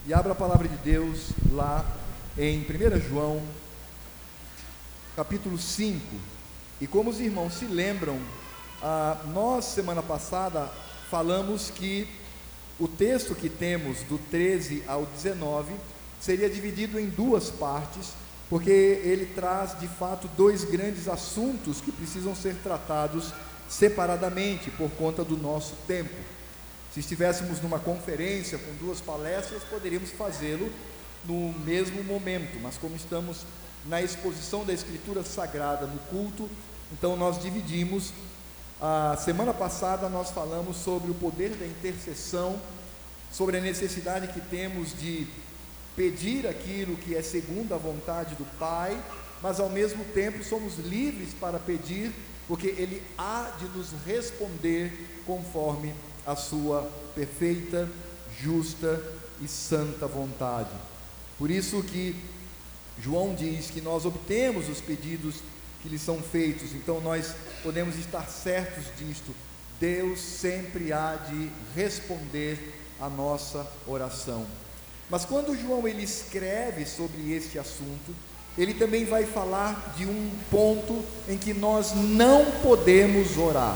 E abra a palavra de Deus lá em 1 João, capítulo 5. E como os irmãos se lembram, nós semana passada falamos que o texto que temos do 13 ao 19 seria dividido em duas partes, porque ele traz de fato dois grandes assuntos que precisam ser tratados separadamente por conta do nosso tempo. Se estivéssemos numa conferência com duas palestras, poderíamos fazê-lo no mesmo momento, mas como estamos na exposição da Escritura Sagrada no culto, então nós dividimos. A semana passada nós falamos sobre o poder da intercessão, sobre a necessidade que temos de pedir aquilo que é segundo a vontade do Pai, mas ao mesmo tempo somos livres para pedir, porque Ele há de nos responder conforme a sua perfeita, justa e santa vontade. Por isso que João diz que nós obtemos os pedidos que lhe são feitos, então nós podemos estar certos disto: Deus sempre há de responder a nossa oração. Mas quando João ele escreve sobre este assunto, ele também vai falar de um ponto em que nós não podemos orar.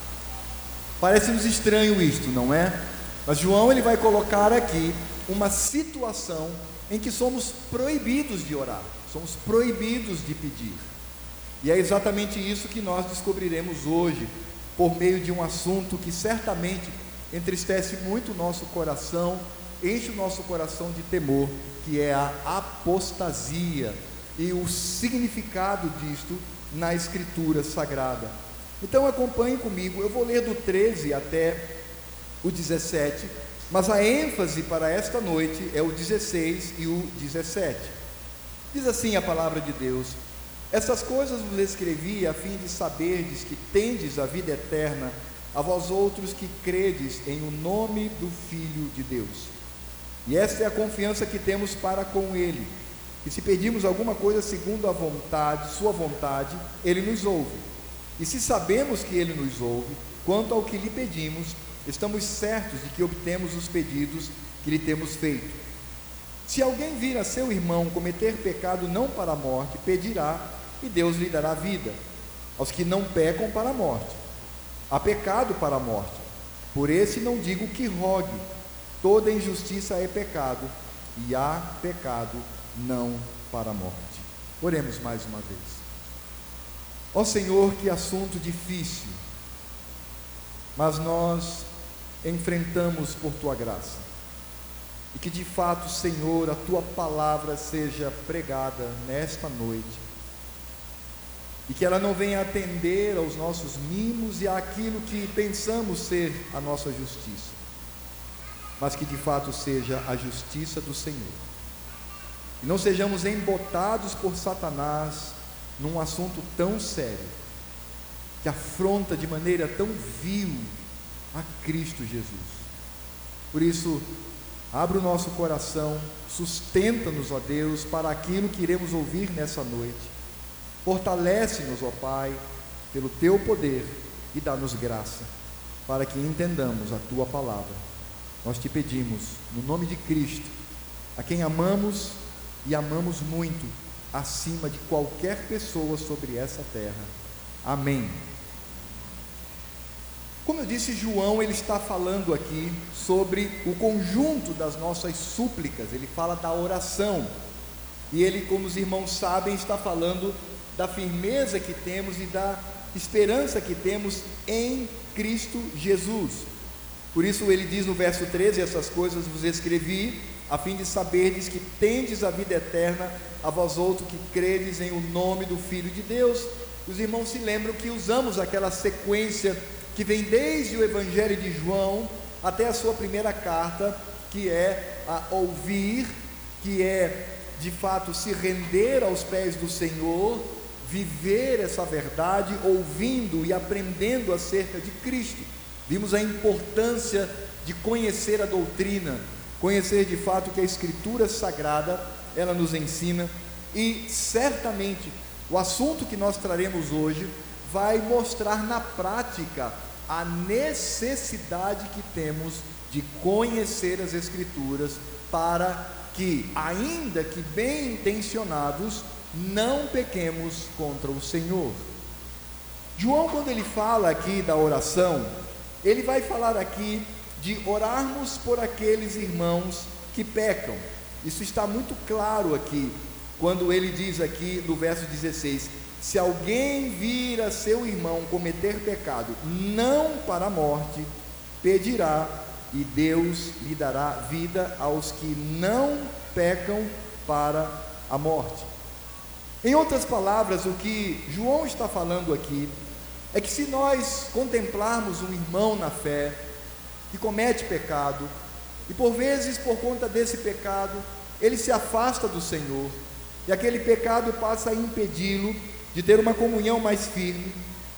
Parece-nos estranho isto, não é? Mas João ele vai colocar aqui uma situação em que somos proibidos de orar, somos proibidos de pedir. E é exatamente isso que nós descobriremos hoje, por meio de um assunto que certamente entristece muito o nosso coração, enche o nosso coração de temor, que é a apostasia e o significado disto na Escritura Sagrada. Então acompanhe comigo, eu vou ler do 13 até o 17, mas a ênfase para esta noite é o 16 e o 17. Diz assim a palavra de Deus: essas coisas vos escrevi a fim de saberdes que tendes a vida eterna, a vós outros que credes em o nome do Filho de Deus. E esta é a confiança que temos para com Ele, que se pedirmos alguma coisa segundo a vontade, sua vontade, Ele nos ouve. E se sabemos que Ele nos ouve, quanto ao que lhe pedimos, estamos certos de que obtemos os pedidos que lhe temos feito. Se alguém vir a seu irmão cometer pecado não para a morte, pedirá, e Deus lhe dará vida. Aos que não pecam para a morte, há pecado para a morte. Por esse não digo que rogue, toda injustiça é pecado, e há pecado não para a morte. Oremos mais uma vez. Ó Senhor, que assunto difícil, mas nós enfrentamos por Tua graça, e que de fato, Senhor, a Tua palavra seja pregada nesta noite, e que ela não venha atender aos nossos mimos e àquilo que pensamos ser a nossa justiça, mas que de fato seja a justiça do Senhor, e não sejamos embotados por Satanás num assunto tão sério, que afronta de maneira tão vil a Cristo Jesus. Por isso, abre o nosso coração, sustenta-nos, ó Deus, para aquilo que iremos ouvir nessa noite. Fortalece-nos, ó Pai, pelo Teu poder, e dá-nos graça, para que entendamos a Tua palavra. Nós te pedimos, no nome de Cristo, a quem amamos e amamos muito, acima de qualquer pessoa sobre essa terra. Amém. Como eu disse, João ele está falando aqui sobre o conjunto das nossas súplicas. Ele fala da oração, e ele, como os irmãos sabem, está falando da firmeza que temos e da esperança que temos em Cristo Jesus. Por isso ele diz no verso 13: essas coisas vos escrevi a fim de saberdes que tendes a vida eterna, a vós outros que credes em o nome do Filho de Deus. Os irmãos se lembram que usamos aquela sequência que vem desde o Evangelho de João até a sua primeira carta, que é a ouvir, que é de fato se render aos pés do Senhor, viver essa verdade, ouvindo e aprendendo acerca de Cristo. Vimos a importância de conhecer a doutrina, conhecer de fato que a Escritura Sagrada, ela nos ensina, e certamente o assunto que nós traremos hoje vai mostrar na prática a necessidade que temos de conhecer as Escrituras para que, ainda que bem intencionados, não pequemos contra o Senhor. João, quando ele fala aqui da oração, ele vai falar aqui de orarmos por aqueles irmãos que pecam. Isso está muito claro aqui, quando ele diz aqui no verso 16: se alguém vir a seu irmão cometer pecado, não para a morte, pedirá, e Deus lhe dará vida aos que não pecam para a morte. Em outras palavras, o que João está falando aqui é que se nós contemplarmos um irmão na fé que comete pecado, e por vezes por conta desse pecado ele se afasta do Senhor, e aquele pecado passa a impedi-lo de ter uma comunhão mais firme,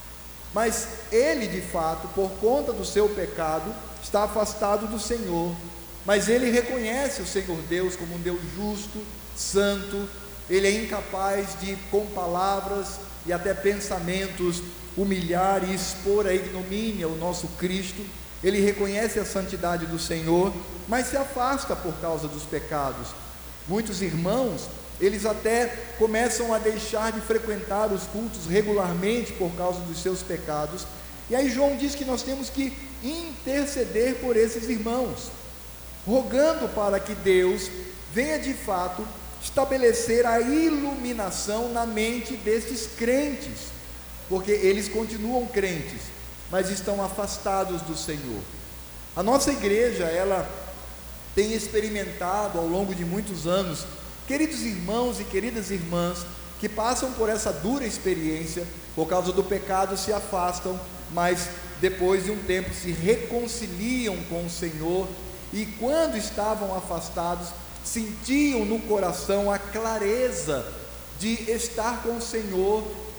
mas ele de fato, por conta do seu pecado, está afastado do Senhor, mas ele reconhece o Senhor Deus como um Deus justo, santo. Ele é incapaz de, com palavras e até pensamentos, humilhar e expor a ignomínia o nosso Cristo. Ele reconhece a santidade do Senhor, mas se afasta por causa dos pecados. Muitos irmãos, eles até começam a deixar de frequentar os cultos regularmente por causa dos seus pecados. E aí João diz que nós temos que interceder por esses irmãos, rogando para que Deus venha de fato estabelecer a iluminação na mente destes crentes, porque eles continuam crentes, mas estão afastados do Senhor. A nossa igreja, ela tem experimentado ao longo de muitos anos, queridos irmãos e queridas irmãs, que passam por essa dura experiência, por causa do pecado se afastam, mas depois de um tempo se reconciliam com o Senhor, e quando estavam afastados, sentiam no coração a clareza de estar com o Senhor,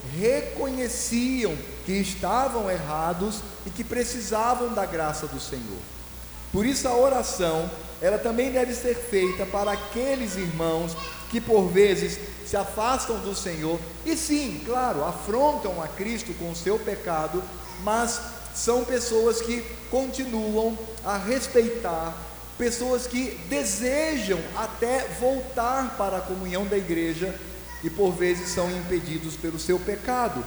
reconheciam que estavam errados e que precisavam da graça do Senhor. Por isso a oração, ela também deve ser feita para aqueles irmãos que por vezes se afastam do Senhor, e sim, claro, afrontam a Cristo com o seu pecado, mas são pessoas que continuam a respeitar, pessoas que desejam até voltar para a comunhão da igreja, e por vezes são impedidos pelo seu pecado.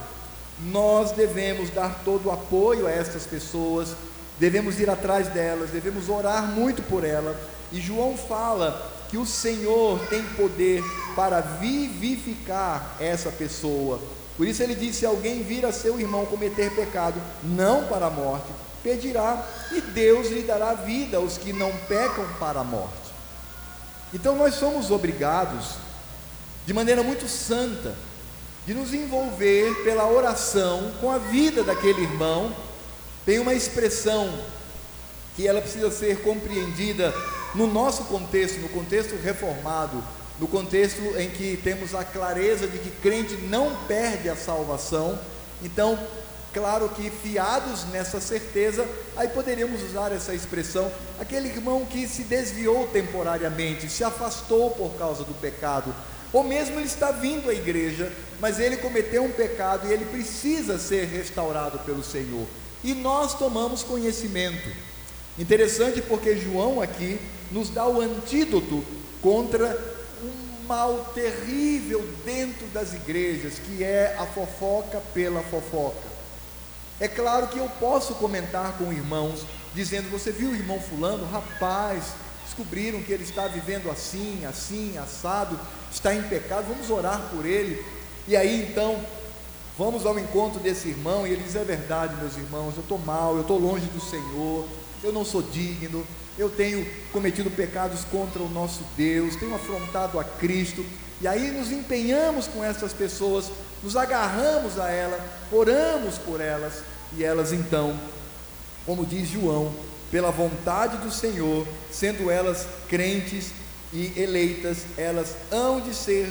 Nós devemos dar todo o apoio a estas pessoas, devemos ir atrás delas, devemos orar muito por elas, e João fala que o Senhor tem poder para vivificar essa pessoa. Por isso ele diz: se alguém vir a seu irmão cometer pecado, não para a morte, pedirá, e Deus lhe dará vida aos que não pecam para a morte. Então nós somos obrigados, de maneira muito santa, de nos envolver pela oração com a vida daquele irmão. Tem uma expressão que ela precisa ser compreendida no nosso contexto, no contexto reformado, no contexto em que temos a clareza de que crente não perde a salvação. Então, claro que fiados nessa certeza, aí poderíamos usar essa expressão: aquele irmão que se desviou temporariamente, se afastou por causa do pecado, ou mesmo ele está vindo à igreja, mas ele cometeu um pecado e ele precisa ser restaurado pelo Senhor, e nós tomamos conhecimento. Interessante, porque João aqui nos dá o antídoto contra um mal terrível dentro das igrejas, que é a fofoca pela fofoca. É claro que eu posso comentar com irmãos, dizendo: você viu o irmão fulano? Rapaz, descobriram que ele está vivendo assim, assim, assado, está em pecado, vamos orar por ele. E aí então, vamos ao encontro desse irmão, e ele diz: é verdade, meus irmãos, eu estou mal, eu estou longe do Senhor, eu não sou digno, eu tenho cometido pecados contra o nosso Deus, tenho afrontado a Cristo. E aí nos empenhamos com essas pessoas, nos agarramos a elas, oramos por elas, e elas então, como diz João, pela vontade do Senhor, sendo elas crentes e eleitas, elas hão de ser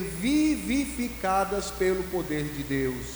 vivificadas pelo poder de Deus.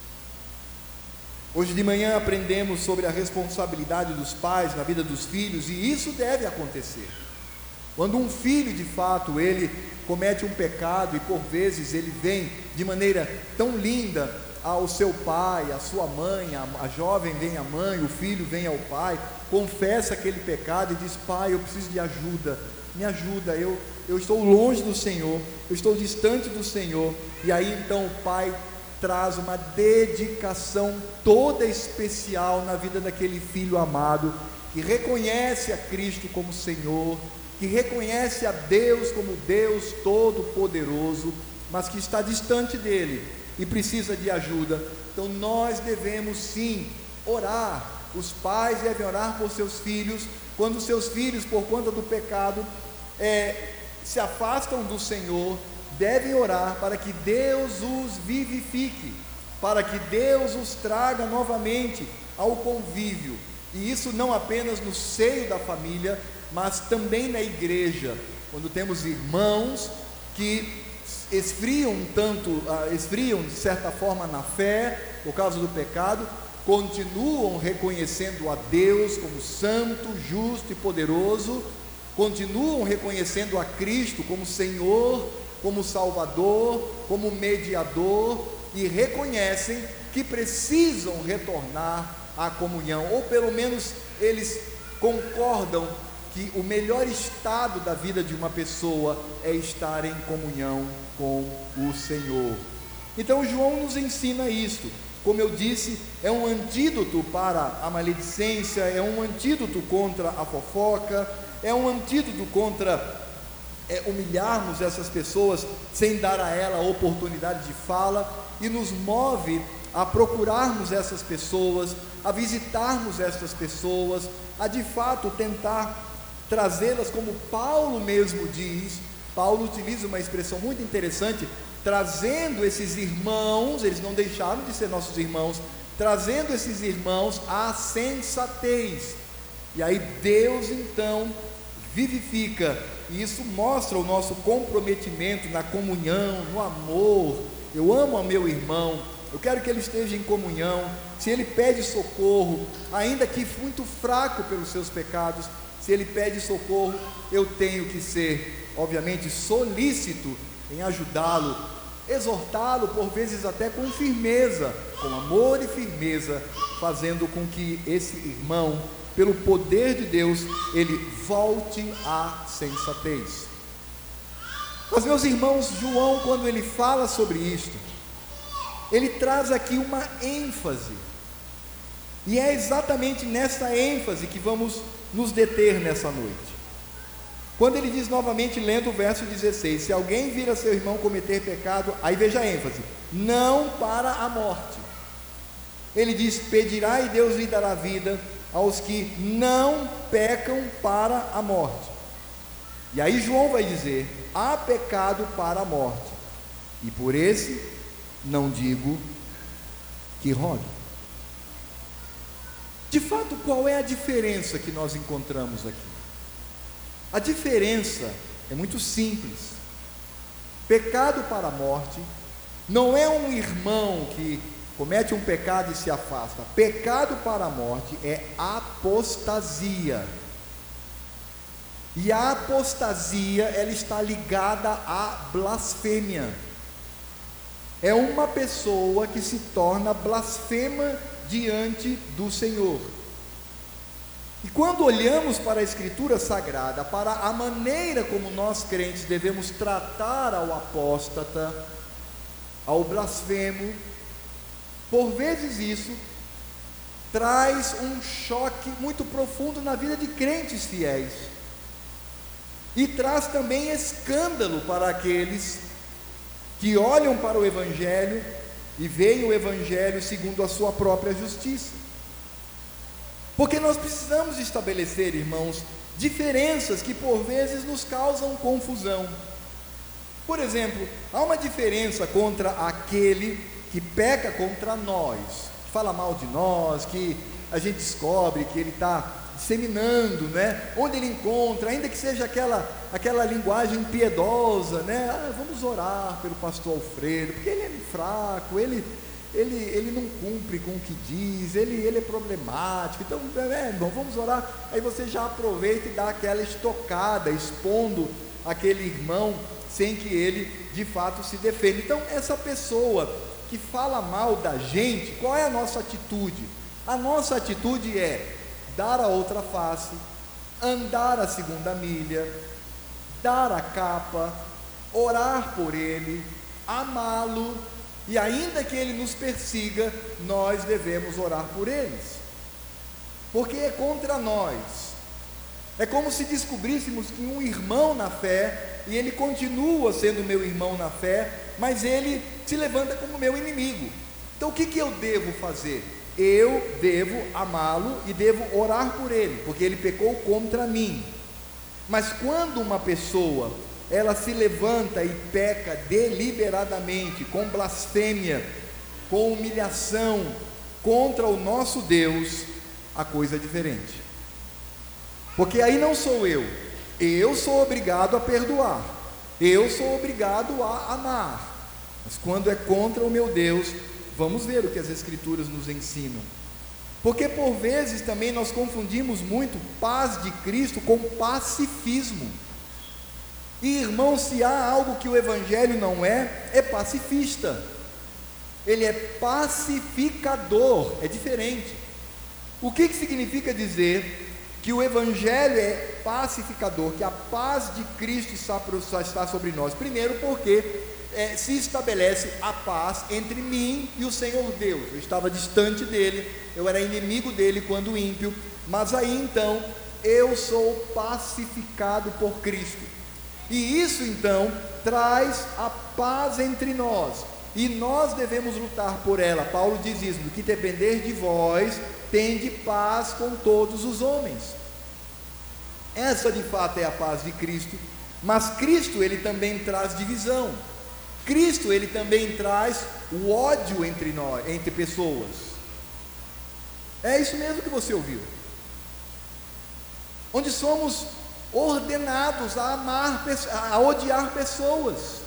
Hoje de manhã aprendemos sobre a responsabilidade dos pais na vida dos filhos, e isso deve acontecer. Quando um filho de fato ele comete um pecado, e por vezes ele vem de maneira tão linda ao seu pai, à sua mãe, a jovem vem à mãe, o filho vem ao pai, confessa aquele pecado e diz: pai, eu preciso de ajuda, me ajuda, eu estou longe do Senhor, eu estou distante do Senhor. E aí então o pai traz uma dedicação toda especial na vida daquele filho amado, que reconhece a Cristo como Senhor, que reconhece a Deus como Deus Todo-Poderoso, mas que está distante dele e precisa de ajuda. Então nós devemos sim orar. Os pais devem orar por seus filhos, quando seus filhos, por conta do pecado, se afastam do Senhor, devem orar para que Deus os vivifique, para que Deus os traga novamente ao convívio, e isso não apenas no seio da família, mas também na igreja, quando temos irmãos que esfriam de certa forma na fé, por causa do pecado, continuam reconhecendo a Deus como santo, justo e poderoso, continuam reconhecendo a Cristo como Senhor, como Salvador, como mediador, e reconhecem que precisam retornar à comunhão, ou pelo menos eles concordam que o melhor estado da vida de uma pessoa é estar em comunhão com o Senhor. Então João nos ensina isto. Como eu disse, é um antídoto para a maledicência, é um antídoto contra a fofoca, é um antídoto contra humilharmos essas pessoas sem dar a ela a oportunidade de fala, e nos move a procurarmos essas pessoas, a visitarmos essas pessoas, a de fato tentar trazê-las, como Paulo mesmo diz. Paulo utiliza uma expressão muito interessante, trazendo esses irmãos, eles não deixaram de ser nossos irmãos, trazendo esses irmãos à sensatez. E aí Deus então vivifica, e isso mostra o nosso comprometimento na comunhão, no amor. Eu amo ao meu irmão, eu quero que ele esteja em comunhão. Se ele pede socorro, ainda que muito fraco pelos seus pecados, se ele pede socorro, eu tenho que ser, obviamente, solícito em ajudá-lo, exortá-lo, por vezes até com firmeza, com amor e firmeza, fazendo com que esse irmão, pelo poder de Deus, ele volte à sensatez. Mas, meus irmãos, João, quando ele fala sobre isto, ele traz aqui uma ênfase, e é exatamente nessa ênfase que vamos nos deter nessa noite. Quando ele diz novamente, lendo o verso 16, se alguém vir a seu irmão cometer pecado, aí veja a ênfase, não para a morte. Ele diz, pedirá e Deus lhe dará vida aos que não pecam para a morte. E aí João vai dizer, há pecado para a morte, e por esse não digo que rogue. De fato, qual é a diferença que nós encontramos aqui? A diferença é muito simples. Pecado para a morte não é um irmão que comete um pecado e se afasta. Pecado para a morte é apostasia. E a apostasia, ela está ligada à blasfêmia. É uma pessoa que se torna blasfema diante do Senhor. E quando olhamos para a Escritura Sagrada, para a maneira como nós crentes devemos tratar ao apóstata, ao blasfemo, por vezes isso traz um choque muito profundo na vida de crentes fiéis, e traz também escândalo para aqueles que olham para o Evangelho e veem o Evangelho segundo a sua própria justiça. Porque nós precisamos estabelecer, irmãos, diferenças que por vezes nos causam confusão. Por exemplo, há uma diferença contra aquele que peca contra nós, que fala mal de nós, que a gente descobre que ele está disseminando, né? Onde ele encontra, ainda que seja aquela linguagem piedosa, né? Vamos orar pelo pastor Alfredo, porque ele é fraco, ele não cumpre com o que diz, ele é problemático, então, irmão, vamos orar. Aí você já aproveita e dá aquela estocada, expondo aquele irmão, sem que ele de fato se defenda. Então, essa pessoa que fala mal da gente, qual é a nossa atitude? A nossa atitude é dar a outra face, andar a segunda milha, dar a capa, orar por ele, amá-lo, e ainda que ele nos persiga, nós devemos orar por eles, porque é contra nós. É como se descobríssemos que um irmão na fé, e ele continua sendo meu irmão na fé, mas ele se levanta como meu inimigo. Então o que eu devo fazer? Eu devo amá-lo e devo orar por ele, porque ele pecou contra mim. Mas quando uma pessoa, ela se levanta e peca deliberadamente, com blasfêmia, com humilhação, contra o nosso Deus, a coisa é diferente. Porque aí não sou eu sou obrigado a perdoar, eu sou obrigado a amar. Mas quando é contra o meu Deus, vamos ver o que as Escrituras nos ensinam. Porque por vezes também nós confundimos muito paz de Cristo com pacifismo. E irmãos, se há algo que o Evangelho não é pacifista. Ele é pacificador, é diferente. O que significa dizer que o Evangelho é pacificador, que a paz de Cristo está sobre nós? Primeiro porque se estabelece a paz entre mim e o Senhor Deus. Eu estava distante dele, eu era inimigo dele quando ímpio, mas aí então eu sou pacificado por Cristo, e isso então traz a paz entre nós, e nós devemos lutar por ela. Paulo diz isso: do que depender de vós, tende paz com todos os homens. Essa de fato é a paz de Cristo. Mas Cristo, ele também traz divisão. Cristo, ele também traz o ódio entre nós, entre pessoas. É isso mesmo que você ouviu. Onde somos ordenados a amar, a odiar pessoas.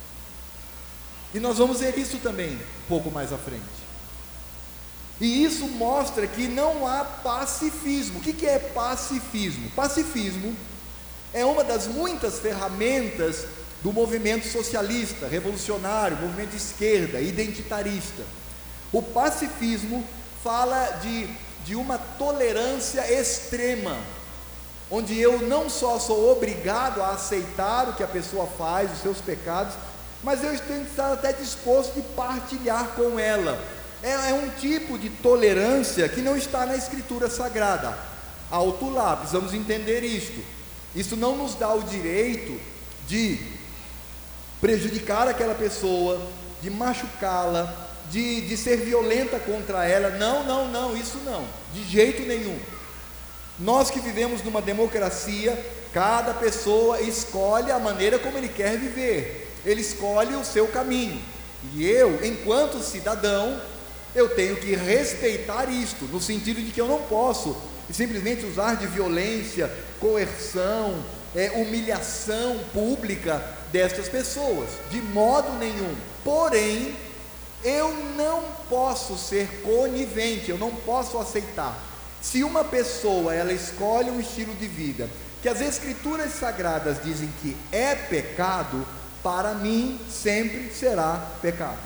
E nós vamos ver isso também um pouco mais à frente. E isso mostra que não há pacifismo. O que é pacifismo? Pacifismo é uma das muitas ferramentas do movimento socialista, revolucionário, movimento de esquerda, identitarista. O pacifismo fala de uma tolerância extrema, onde eu não só sou obrigado a aceitar o que a pessoa faz, os seus pecados, mas eu tenho que estar até disposto de partilhar com ela. É um tipo de tolerância que não está na Escritura Sagrada. Alto lá, precisamos entender isto. Isso não nos dá o direito de prejudicar aquela pessoa, de machucá-la, de ser violenta contra ela. Não, isso não, de jeito nenhum. Nós que vivemos numa democracia, cada pessoa escolhe a maneira como ele quer viver, ele escolhe o seu caminho, e eu, enquanto cidadão, eu tenho que respeitar isto, no sentido de que eu não posso simplesmente usar de violência, coerção, humilhação pública destas pessoas, de modo nenhum. Porém, eu não posso ser conivente, eu não posso aceitar. Se uma pessoa, ela escolhe um estilo de vida que as Escrituras Sagradas dizem que é pecado, para mim sempre será pecado.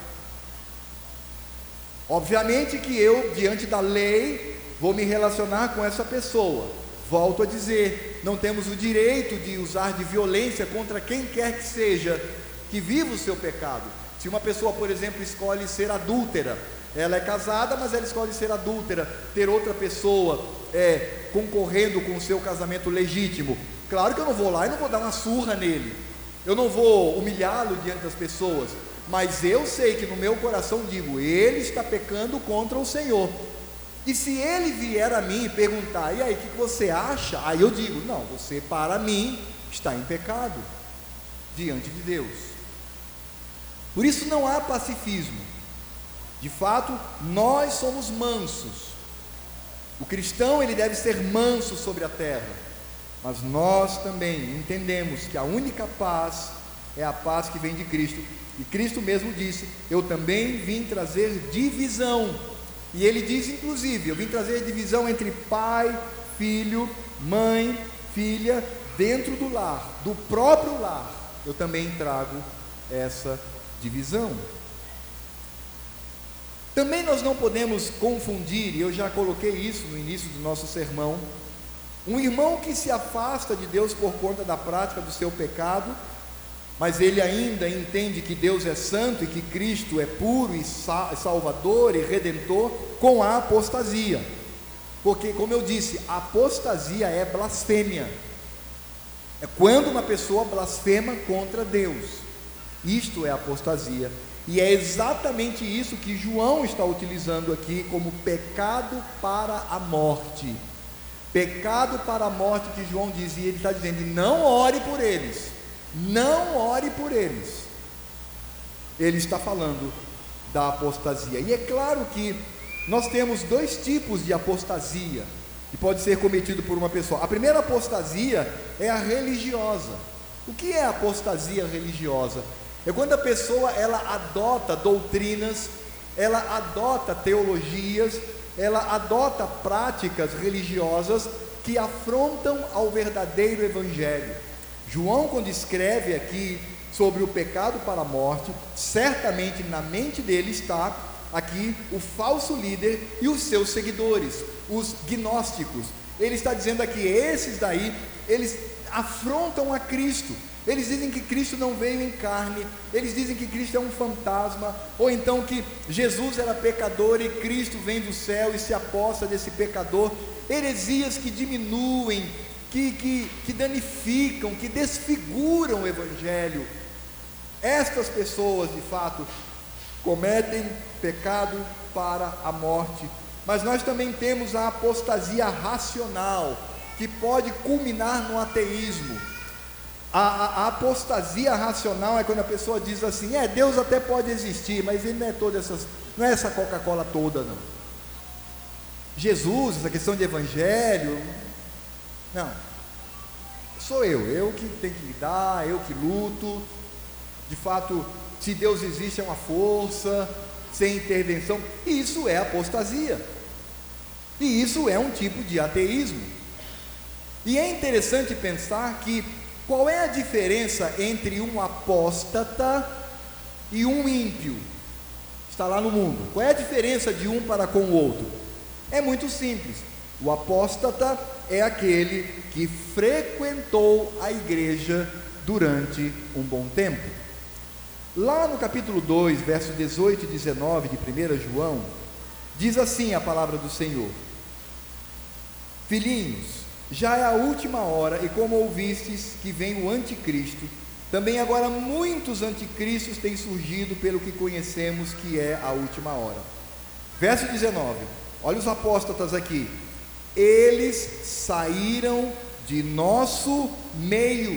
Obviamente que eu, diante da lei, vou me relacionar com essa pessoa. Volto a dizer, não temos o direito de usar de violência contra quem quer que seja, que viva o seu pecado. Se uma pessoa, por exemplo, escolhe ser adúltera, ela é casada, mas ela escolhe ser adúltera, ter outra pessoa concorrendo com o seu casamento legítimo, claro que eu não vou lá e não vou dar uma surra nele, eu não vou humilhá-lo diante das pessoas, mas eu sei que no meu coração digo, ele está pecando contra o Senhor. E se ele vier a mim e perguntar, e aí, o que você acha? Aí eu digo, não, você para mim está em pecado diante de Deus. Por isso não há pacifismo. De fato, nós somos mansos. O cristão, ele deve ser manso sobre a terra, mas nós também entendemos que a única paz é a paz que vem de Cristo. E Cristo mesmo disse, eu também vim trazer divisão. E ele diz inclusive, eu vim trazer divisão entre pai, filho, mãe, filha, dentro do lar, do próprio lar, eu também trago essa divisão. Também nós não podemos confundir, e eu já coloquei isso no início do nosso sermão, Um irmão que se afasta de Deus por conta da prática do seu pecado, mas ele ainda entende que Deus é santo e que Cristo é puro e salvador e redentor, com a apostasia. Porque, como eu disse, a apostasia é blasfêmia. É quando uma pessoa blasfema contra Deus. Isto é apostasia. E é exatamente isso que João está utilizando aqui como pecado para a morte. Pecado para a morte que João diz, e ele está dizendo: não ore por eles, não ore por eles. Ele está falando da apostasia. E é claro que nós temos dois tipos de apostasia que pode ser cometido por uma pessoa. A primeira apostasia é a religiosa. O que é a apostasia religiosa? É quando a pessoa ela adota doutrinas, ela adota teologias, ela adota práticas religiosas que afrontam ao verdadeiro evangelho. João, quando escreve aqui sobre o pecado para a morte, certamente na mente dele está aqui o falso líder e os seus seguidores, os gnósticos. Ele está dizendo aqui, esses daí, eles afrontam a Cristo. Eles dizem que Cristo não veio em carne, eles dizem que Cristo é um fantasma, ou então que Jesus era pecador e Cristo vem do céu e se aposta desse pecador. Heresias que diminuem, que danificam, que desfiguram o evangelho. Estas pessoas, de fato, cometem pecado para a morte. Mas nós também temos a apostasia racional, que pode culminar no ateísmo. A apostasia racional é quando a pessoa diz assim: Deus até pode existir, mas ele não é essa Coca-Cola toda, não. Jesus, essa questão de evangelho, não. Sou eu que tenho que lidar, eu que luto. De fato, se Deus existe é uma força, sem intervenção. Isso é apostasia. E isso é um tipo de ateísmo. E é interessante pensar que qual é a diferença entre um apóstata e um ímpio? Está lá no mundo. Qual é a diferença de um para com o outro? É muito simples. O apóstata é aquele que frequentou a igreja durante um bom tempo. Lá no capítulo 2, versos 18 e 19 de 1 João, diz assim a palavra do Senhor: Filhinhos, já é a última hora, e como ouvistes que vem o anticristo, também agora muitos anticristos têm surgido, pelo que conhecemos que é a última hora. Verso 19, olha os apóstatas aqui: eles saíram de nosso meio,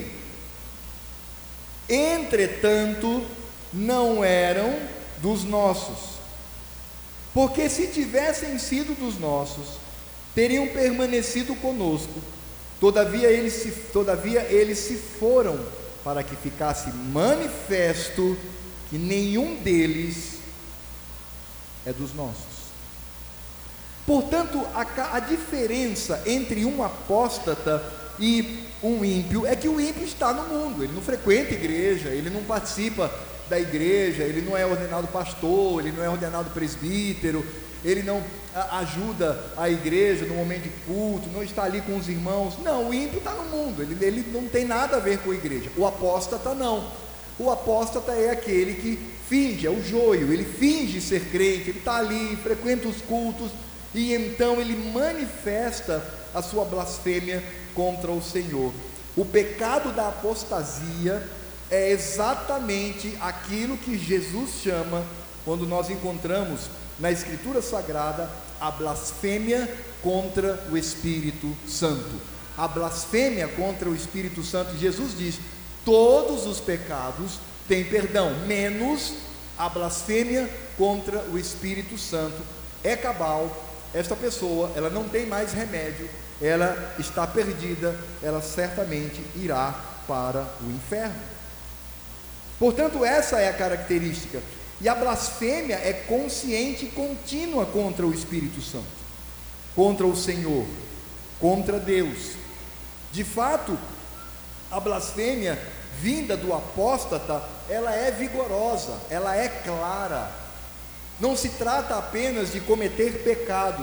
entretanto não eram dos nossos, porque se tivessem sido dos nossos, teriam permanecido conosco. Todavia eles se foram, para que ficasse manifesto que nenhum deles é dos nossos. Portanto, a diferença entre um apóstata e um ímpio é que o ímpio está no mundo, ele não frequenta igreja, ele não participa da igreja, ele não é ordenado pastor, ele não é ordenado presbítero, ele não ajuda a igreja no momento de culto, não está ali com os irmãos. Não, o ímpio está no mundo, ele não tem nada a ver com a igreja. O apóstata não. O apóstata é aquele que finge, é o joio, ele finge ser crente, ele está ali, frequenta os cultos, e então ele manifesta a sua blasfêmia contra o Senhor. O pecado da apostasia é exatamente aquilo que Jesus chama, quando nós encontramos na Escritura Sagrada, a blasfêmia contra o Espírito Santo. A blasfêmia contra o Espírito Santo, Jesus diz: todos os pecados têm perdão, menos a blasfêmia contra o Espírito Santo. É cabal, esta pessoa, ela não tem mais remédio, ela está perdida, ela certamente irá para o inferno. Portanto, essa é a característica. E a blasfêmia é consciente e contínua contra o Espírito Santo, contra o Senhor, contra Deus. De fato, a blasfêmia vinda do apóstata, ela é vigorosa, ela é clara. Não se trata apenas de cometer pecados,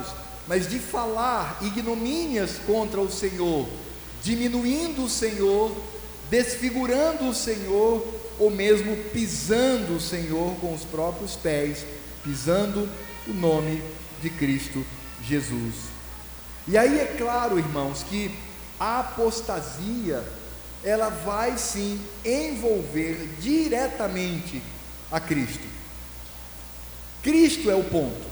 mas de falar ignomínias contra o Senhor, diminuindo o Senhor, desfigurando o Senhor, ou mesmo pisando o Senhor com os próprios pés, pisando o nome de Cristo Jesus. E aí é claro, irmãos, que a apostasia, ela vai sim envolver diretamente a Cristo. Cristo é o ponto,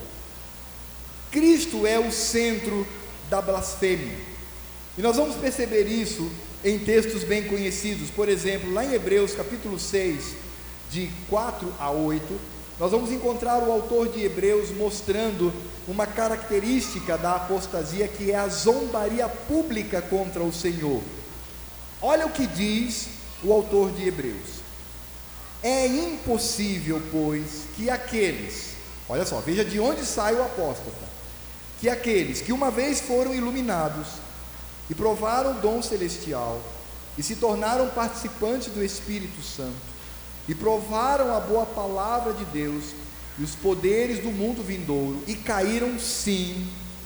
Cristo é o centro da blasfêmia, e nós vamos perceber isso em textos bem conhecidos. Por exemplo, lá em Hebreus capítulo 6, de 4 a 8, nós vamos encontrar o autor de Hebreus mostrando uma característica da apostasia, que é a zombaria pública contra o Senhor. Olha o que diz o autor de Hebreus: é impossível, pois, que aqueles, olha só, veja de onde sai o apóstata, que aqueles que uma vez foram iluminados e provaram o dom celestial e se tornaram participantes do Espírito Santo e provaram a boa palavra de Deus e os poderes do mundo vindouro e caíram, sim,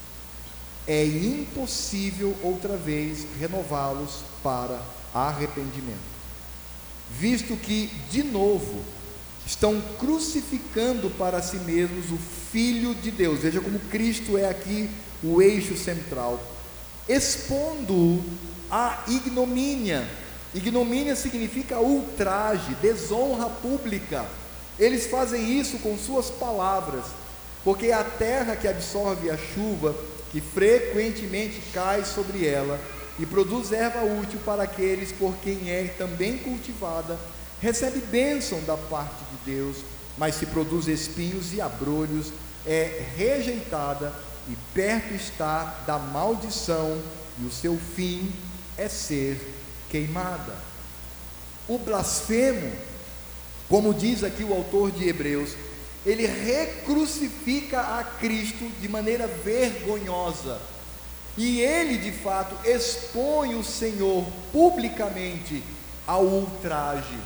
é impossível outra vez renová-los para arrependimento, visto que de novo estão crucificando para si mesmos o Filho de Deus. Veja como Cristo é aqui o eixo central, expondo-o à ignomínia. Ignomínia significa ultraje, desonra pública. Eles fazem isso com suas palavras, porque a terra que absorve a chuva, que frequentemente cai sobre ela e produz erva útil para aqueles por quem é também cultivada, recebe bênção da parte de Deus, mas se produz espinhos e abrolhos, é rejeitada e perto está da maldição, e o seu fim é ser queimada. O blasfemo, como diz aqui o autor de Hebreus, ele recrucifica a Cristo de maneira vergonhosa, e ele de fato expõe o Senhor publicamente ao ultraje.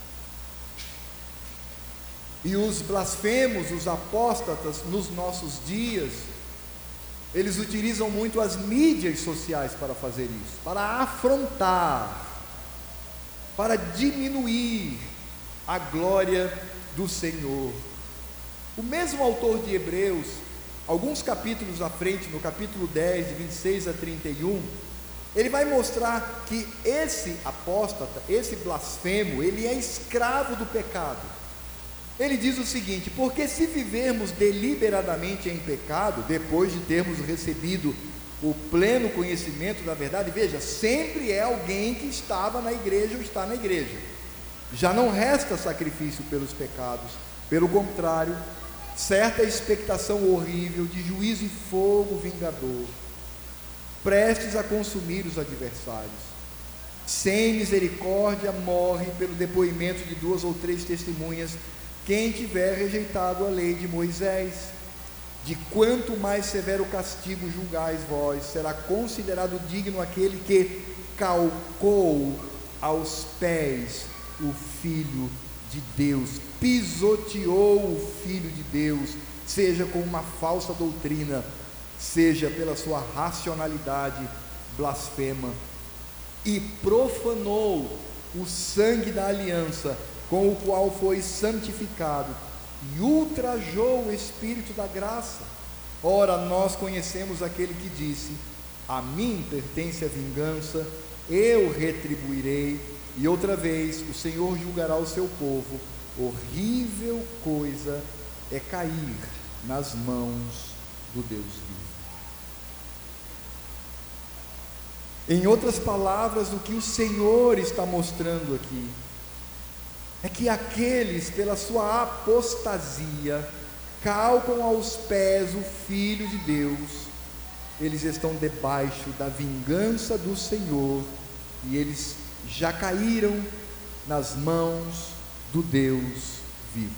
E os blasfemos, os apóstatas nos nossos dias, eles utilizam muito as mídias sociais para fazer isso, para afrontar, para diminuir a glória do Senhor. O mesmo autor de Hebreus, alguns capítulos à frente, no capítulo 10, de 26 a 31, ele vai mostrar que esse apóstata, esse blasfemo, ele é escravo do pecado. Ele diz o seguinte: porque se vivermos deliberadamente em pecado, depois de termos recebido o pleno conhecimento da verdade, veja, sempre é alguém que estava na igreja ou está na igreja, já não resta sacrifício pelos pecados, pelo contrário, certa expectação horrível de juízo e fogo vingador, prestes a consumir os adversários. Sem misericórdia morre pelo depoimento de 2 ou 3 testemunhas quem tiver rejeitado a lei de Moisés. De quanto mais severo castigo julgais vós, será considerado digno aquele que calcou aos pés o Filho de Deus, pisoteou o Filho de Deus, seja com uma falsa doutrina, seja pela sua racionalidade blasfema, e profanou o sangue da aliança com o qual foi santificado, e ultrajou o Espírito da graça. Ora, nós conhecemos aquele que disse: a mim pertence a vingança, eu retribuirei, e outra vez o Senhor julgará o seu povo. Horrível coisa é cair nas mãos do Deus vivo. Em outras palavras, o que o Senhor está mostrando aqui é que aqueles, pela sua apostasia, calcam aos pés o Filho de Deus, eles estão debaixo da vingança do Senhor, e eles já caíram nas mãos do Deus vivo.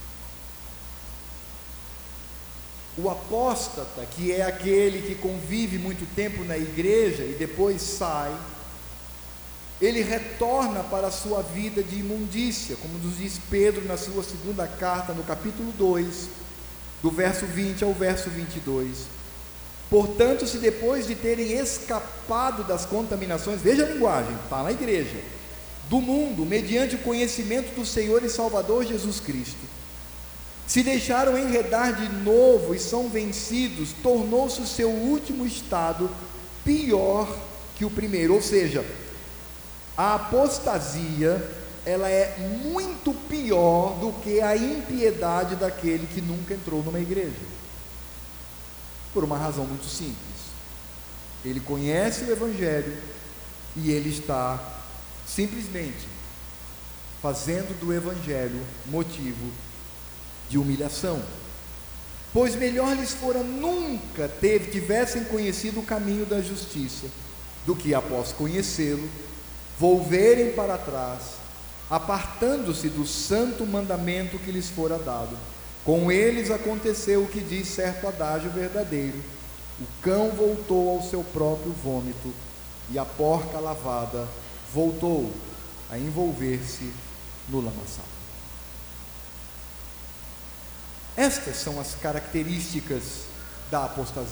O apóstata, que é aquele que convive muito tempo na igreja e depois sai, ele retorna para a sua vida de imundícia, como nos diz Pedro na sua segunda carta, no capítulo 2, do verso 20 ao verso 22. Portanto, se depois de terem escapado das contaminações, veja a linguagem, está na igreja, do mundo, mediante o conhecimento do Senhor e Salvador Jesus Cristo, se deixaram enredar de novo e são vencidos, tornou-se o seu último estado pior que o primeiro. Ou seja, a apostasia, ela é muito pior do que a impiedade daquele que nunca entrou numa igreja. Por uma razão muito simples: ele conhece o Evangelho e ele está simplesmente fazendo do Evangelho motivo de humilhação. Pois melhor lhes fora nunca tivessem conhecido o caminho da justiça, do que após conhecê-lo, volverem para trás, apartando-se do santo mandamento que lhes fora dado. Com eles aconteceu o que diz certo adágio verdadeiro: o cão voltou ao seu próprio vômito, e a porca lavada voltou a envolver-se no lamaçal. Estas são as características da apostasia.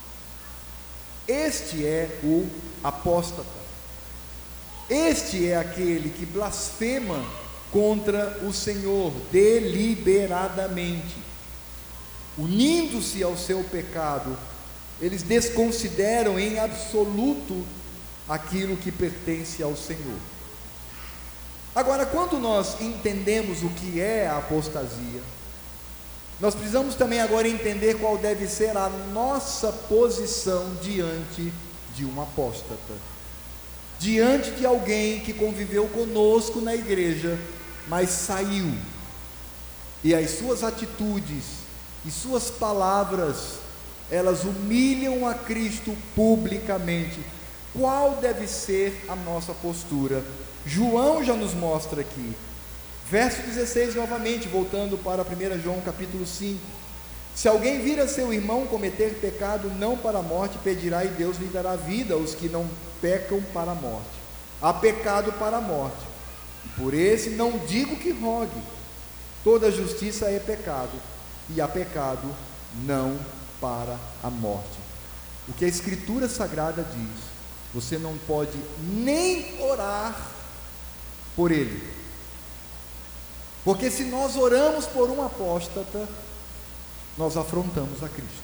Este é o apóstata. Este é aquele que blasfema contra o Senhor deliberadamente. Unindo-se ao seu pecado, eles desconsideram em absoluto aquilo que pertence ao Senhor. Agora, quando nós entendemos o que é a apostasia, nós precisamos também agora entender qual deve ser a nossa posição diante de um apóstata, diante de alguém que conviveu conosco na igreja, mas saiu, e as suas atitudes e suas palavras, elas humilham a Cristo publicamente. Qual deve ser a nossa postura? João já nos mostra aqui, verso 16 novamente, voltando para 1 João capítulo 5: se alguém vir a seu irmão cometer pecado não para a morte, pedirá e Deus lhe dará vida aos que não pecam para a morte. Há pecado para a morte, e por esse não digo que rogue. Toda justiça é pecado, e há pecado não para a morte. O que a Escritura Sagrada diz: você não pode nem orar por ele, porque se nós oramos por um apóstata, nós afrontamos a Cristo,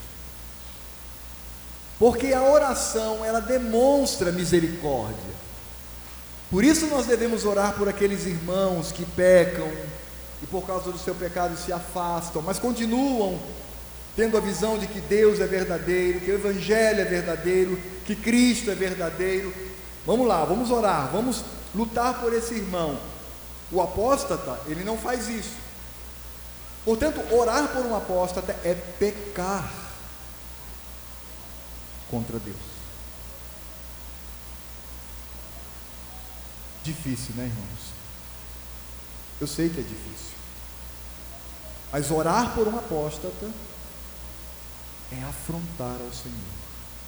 porque a oração, ela demonstra misericórdia. Por isso nós devemos orar por aqueles irmãos que pecam e por causa do seu pecado se afastam, mas continuam tendo a visão de que Deus é verdadeiro, que o Evangelho é verdadeiro, que Cristo é verdadeiro. Vamos lá, vamos orar, vamos lutar por esse irmão. O apóstata, ele não faz isso. Portanto, orar por um apóstata é pecar contra Deus. Difícil, né, irmãos? Eu sei que é difícil, mas orar por um apóstata é afrontar ao Senhor.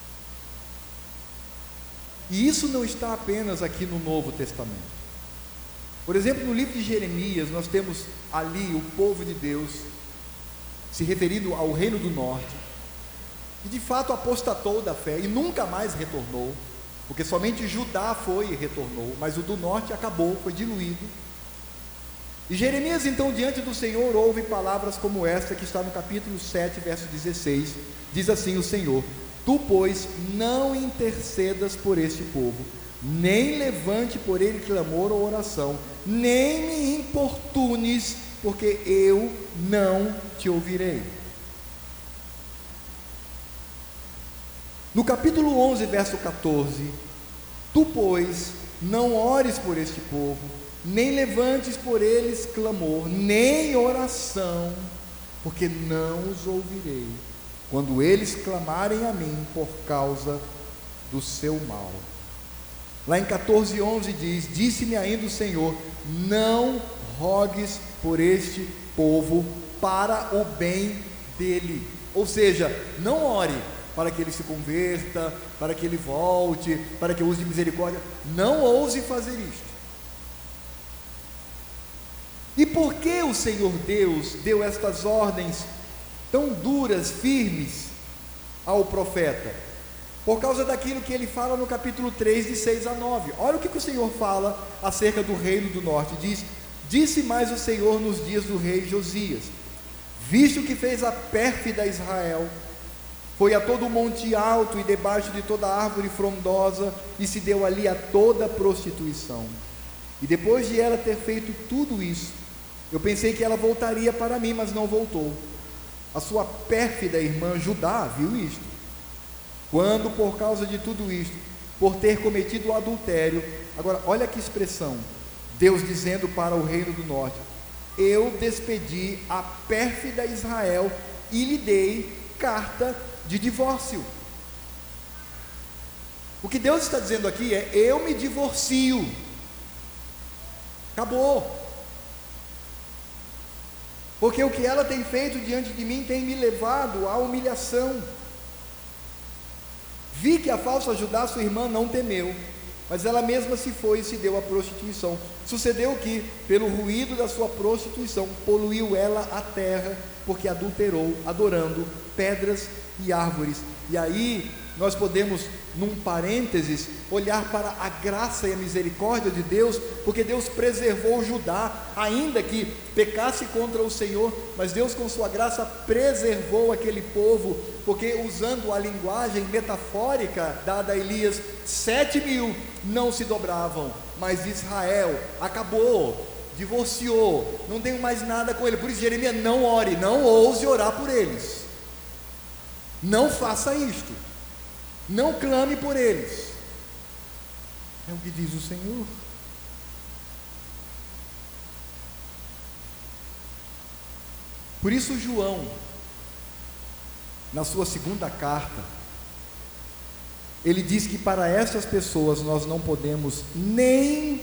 E isso não está apenas aqui no Novo Testamento. Por exemplo, no livro de Jeremias, nós temos ali o povo de Deus se referindo ao reino do norte, que de fato apostatou da fé e nunca mais retornou, porque somente Judá foi e retornou, mas o do norte acabou, foi diluído. E Jeremias então diante do Senhor ouve palavras como esta que está no capítulo 7, verso 16, diz assim o Senhor: tu, pois, não intercedas por este povo, nem levante por ele clamor ou oração, nem me importunes, porque eu não te ouvirei. No capítulo 11, verso 14: tu, pois, não ores por este povo, nem levantes por eles clamor, nem oração, porque não os ouvirei, quando eles clamarem a mim por causa do seu mal. Lá em 14:11 diz: disse-me ainda o Senhor: não rogues por este povo para o bem dele. Ou seja, não ore para que ele se converta, para que ele volte, para que use de misericórdia. Não ouse fazer isto. E por que o Senhor Deus deu estas ordens tão duras, firmes? ao profeta? Por causa daquilo que ele fala no capítulo 3, de 6 a 9. Olha o que o Senhor fala acerca do reino do norte. Diz: disse mais o Senhor nos dias do rei Josias: visto que fez a pérfida Israel, foi a todo monte alto e debaixo de toda árvore frondosa, e se deu ali a toda prostituição. E depois de ela ter feito tudo isso, eu pensei que ela voltaria para mim, mas não voltou. A sua pérfida irmã Judá viu isto. Quando, por causa de tudo isto, por ter cometido o adultério, agora olha que expressão, Deus dizendo para o reino do norte: eu despedi a pérfida Israel e lhe dei carta de divórcio. O que Deus está dizendo aqui é: eu me divorcio, acabou, porque o que ela tem feito diante de mim tem me levado à humilhação. Vi que a falsa Judá, sua irmã, não temeu, mas ela mesma se foi e se deu à prostituição. Sucedeu que, pelo ruído da sua prostituição, poluiu ela a terra, porque adulterou, adorando pedras e árvores. E aí nós podemos, num parênteses, olhar para a graça e a misericórdia de Deus, porque Deus preservou Judá, ainda que pecasse contra o Senhor, mas Deus, com sua graça, preservou aquele povo, porque, usando a linguagem metafórica dada a Elias, 7.000 não se dobravam, mas Israel acabou, divorciou, não tenho mais nada com ele. Por isso, Jeremias: não ore, não ouse orar por eles, não faça isto, não clame por eles. É o que diz o Senhor. Por isso João, na sua segunda carta, ele diz que para essas pessoas nós não podemos nem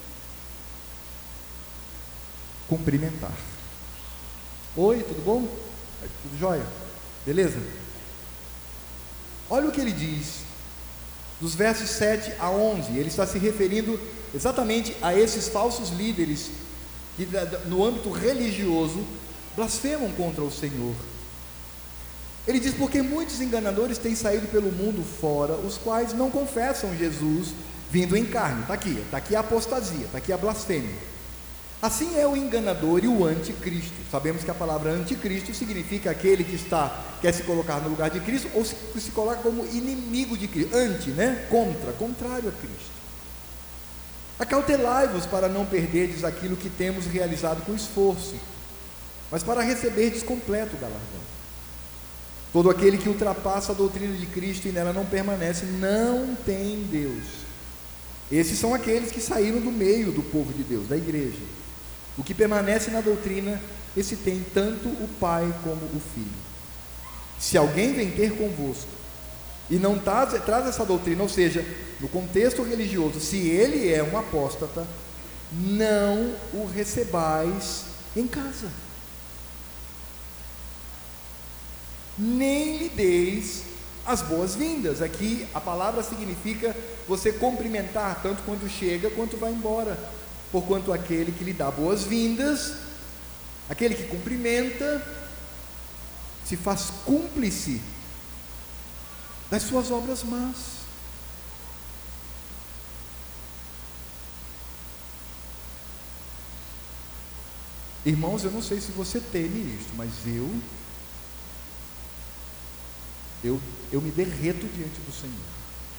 cumprimentar. Oi, tudo bom? Tudo jóia? Beleza? Olha o que ele diz, dos versos 7 a 11, ele está se referindo exatamente a esses falsos líderes que, no âmbito religioso, blasfemam contra o Senhor. Ele diz: porque muitos enganadores têm saído pelo mundo fora, os quais não confessam Jesus vindo em carne. Está aqui a apostasia, está aqui a blasfêmia. Assim é o enganador e o anticristo. Sabemos que a palavra anticristo significa aquele que quer se colocar no lugar de Cristo, ou se coloca como inimigo de Cristo. Anti, né? Contrário a Cristo. Acautelai-vos para não perderdes aquilo que temos realizado com esforço, mas para receberdes completo galardão. Todo aquele que ultrapassa a doutrina de Cristo e nela não permanece, não tem Deus. Esses são aqueles que saíram do meio do povo de Deus, da igreja. O que permanece na doutrina, esse tem tanto o Pai como o Filho. Se alguém vem ter convosco e não traz essa doutrina, ou seja, no contexto religioso, se ele é um apóstata, não o recebais em casa, nem lhe deis as boas-vindas. Aqui a palavra significa você cumprimentar, tanto quando chega quanto vai embora, porquanto aquele que lhe dá boas-vindas, aquele que cumprimenta, se faz cúmplice das suas obras más. Irmãos, eu não sei se você teme isto, mas eu me derreto diante do Senhor.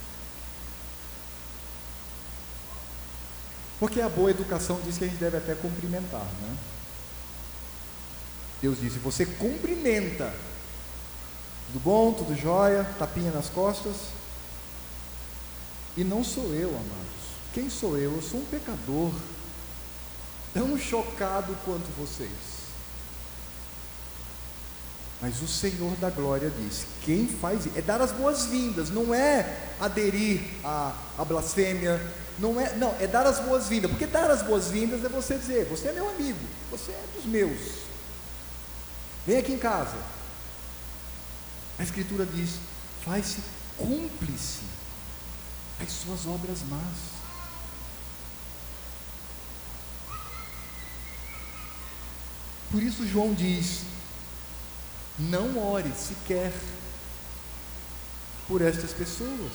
Porque a boa educação diz que a gente deve até cumprimentar, né? Deus disse: você cumprimenta, tudo bom, tudo jóia, tapinha nas costas. E não sou eu, amados. Quem sou eu? Eu sou um pecador, tão chocado quanto vocês. Mas o Senhor da glória diz: quem faz isso, é dar as boas-vindas, não é aderir à blasfêmia, não, é dar as boas-vindas, porque dar as boas-vindas é você dizer: você é meu amigo, você é dos meus, vem aqui em casa. A Escritura diz: faz-se cúmplice das suas obras más. Por isso João diz: não ore sequer, por estas pessoas.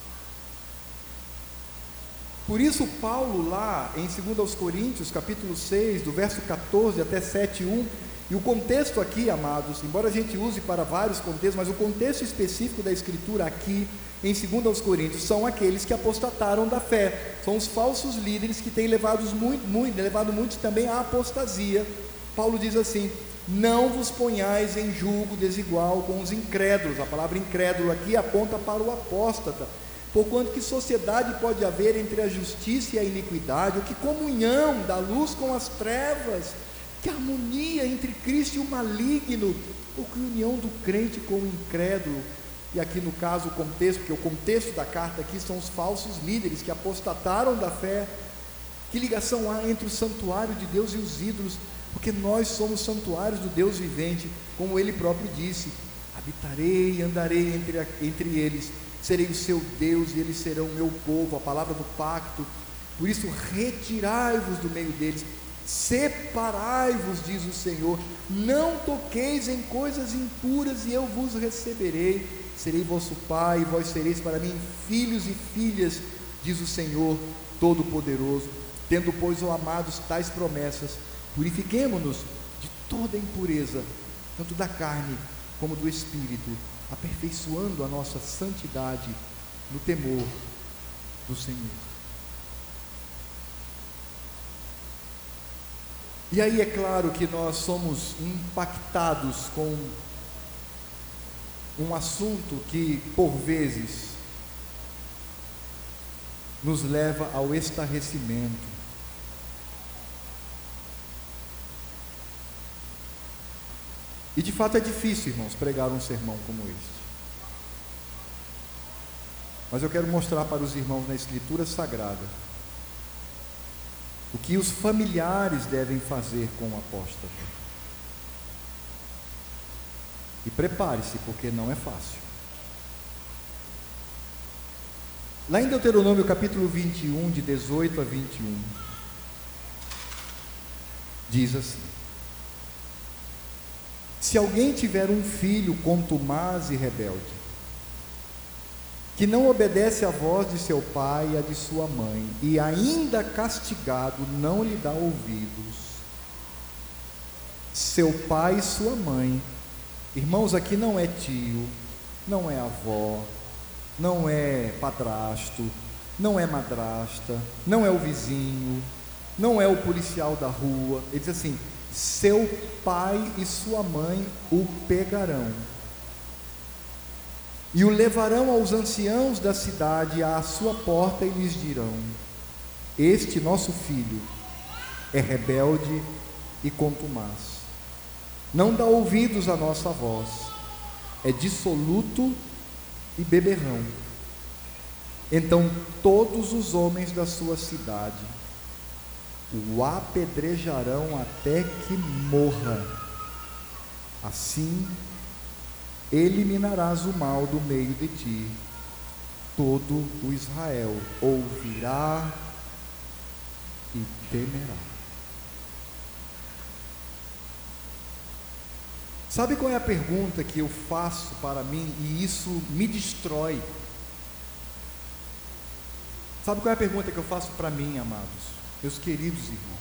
Por isso Paulo lá em 2 Coríntios, capítulo 6, do verso 14 até 7:1, e o contexto aqui, amados, embora a gente use para vários contextos, mas o contexto específico da Escritura aqui em 2 Coríntios são aqueles que apostataram da fé, são os falsos líderes que têm levado muitos também à apostasia. Paulo diz assim: não vos ponhais em julgo desigual com os incrédulos. A palavra incrédulo aqui aponta para o apóstata. Porquanto que sociedade pode haver entre a justiça e a iniquidade, ou que comunhão da luz com as trevas, que harmonia entre Cristo e o maligno, ou que união do crente com o incrédulo. E aqui no caso o contexto, porque o contexto da carta aqui são os falsos líderes que apostataram da fé. Que ligação há entre o santuário de Deus e os ídolos? Porque nós somos santuários do Deus vivente, como ele próprio disse: habitarei e andarei entre eles, serei o seu Deus e eles serão o meu povo, a palavra do pacto. Por isso retirai-vos do meio deles, separai-vos, diz o Senhor, não toqueis em coisas impuras e eu vos receberei, serei vosso pai e vós sereis para mim filhos e filhas, diz o Senhor Todo-Poderoso. Tendo, pois, ó amados, tais promessas, purifiquemo-nos de toda impureza, tanto da carne como do espírito, aperfeiçoando a nossa santidade no temor do Senhor. E aí é claro que nós somos impactados com um assunto que por vezes nos leva ao estarrecimento. E de fato é difícil, irmãos, pregar um sermão como este. Mas eu quero mostrar para os irmãos na Escritura Sagrada o que os familiares devem fazer com o apóstolo. E prepare-se, porque não é fácil. Lá em Deuteronômio capítulo 21, de 18 a 21, diz assim: se alguém tiver um filho contumaz e rebelde, que não obedece à voz de seu pai e à de sua mãe, e ainda castigado não lhe dá ouvidos, seu pai e sua mãe, irmãos, aqui não é tio, não é avó, não é padrasto, não é madrasta, não é o vizinho, não é o policial da rua. Ele diz assim: seu pai e sua mãe o pegarão e o levarão aos anciãos da cidade à sua porta e lhes dirão: este nosso filho é rebelde e contumaz, não dá ouvidos à nossa voz, é dissoluto e beberrão. Então todos os homens da sua cidade o apedrejarão até que morra. Assim eliminarás o mal do meio de ti. Todo o Israel ouvirá e temerá. Sabe qual é a pergunta que eu faço para mim e isso me destrói? Sabe qual é a pergunta que eu faço para mim, amados, meus queridos irmãos?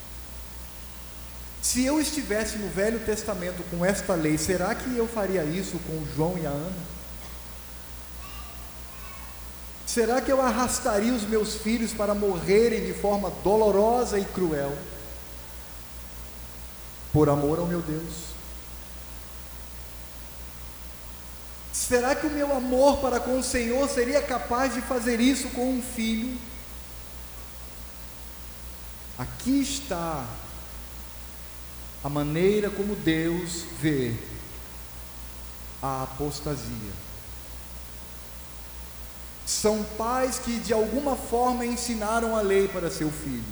Se eu estivesse no Velho Testamento com esta lei, será que eu faria isso com João e a Ana? Será que eu arrastaria os meus filhos para morrerem de forma dolorosa e cruel, por amor ao meu Deus? Será que o meu amor para com o Senhor seria capaz de fazer isso com um filho? Aqui está a maneira como Deus vê a apostasia. São pais que de alguma forma ensinaram a lei para seu filho,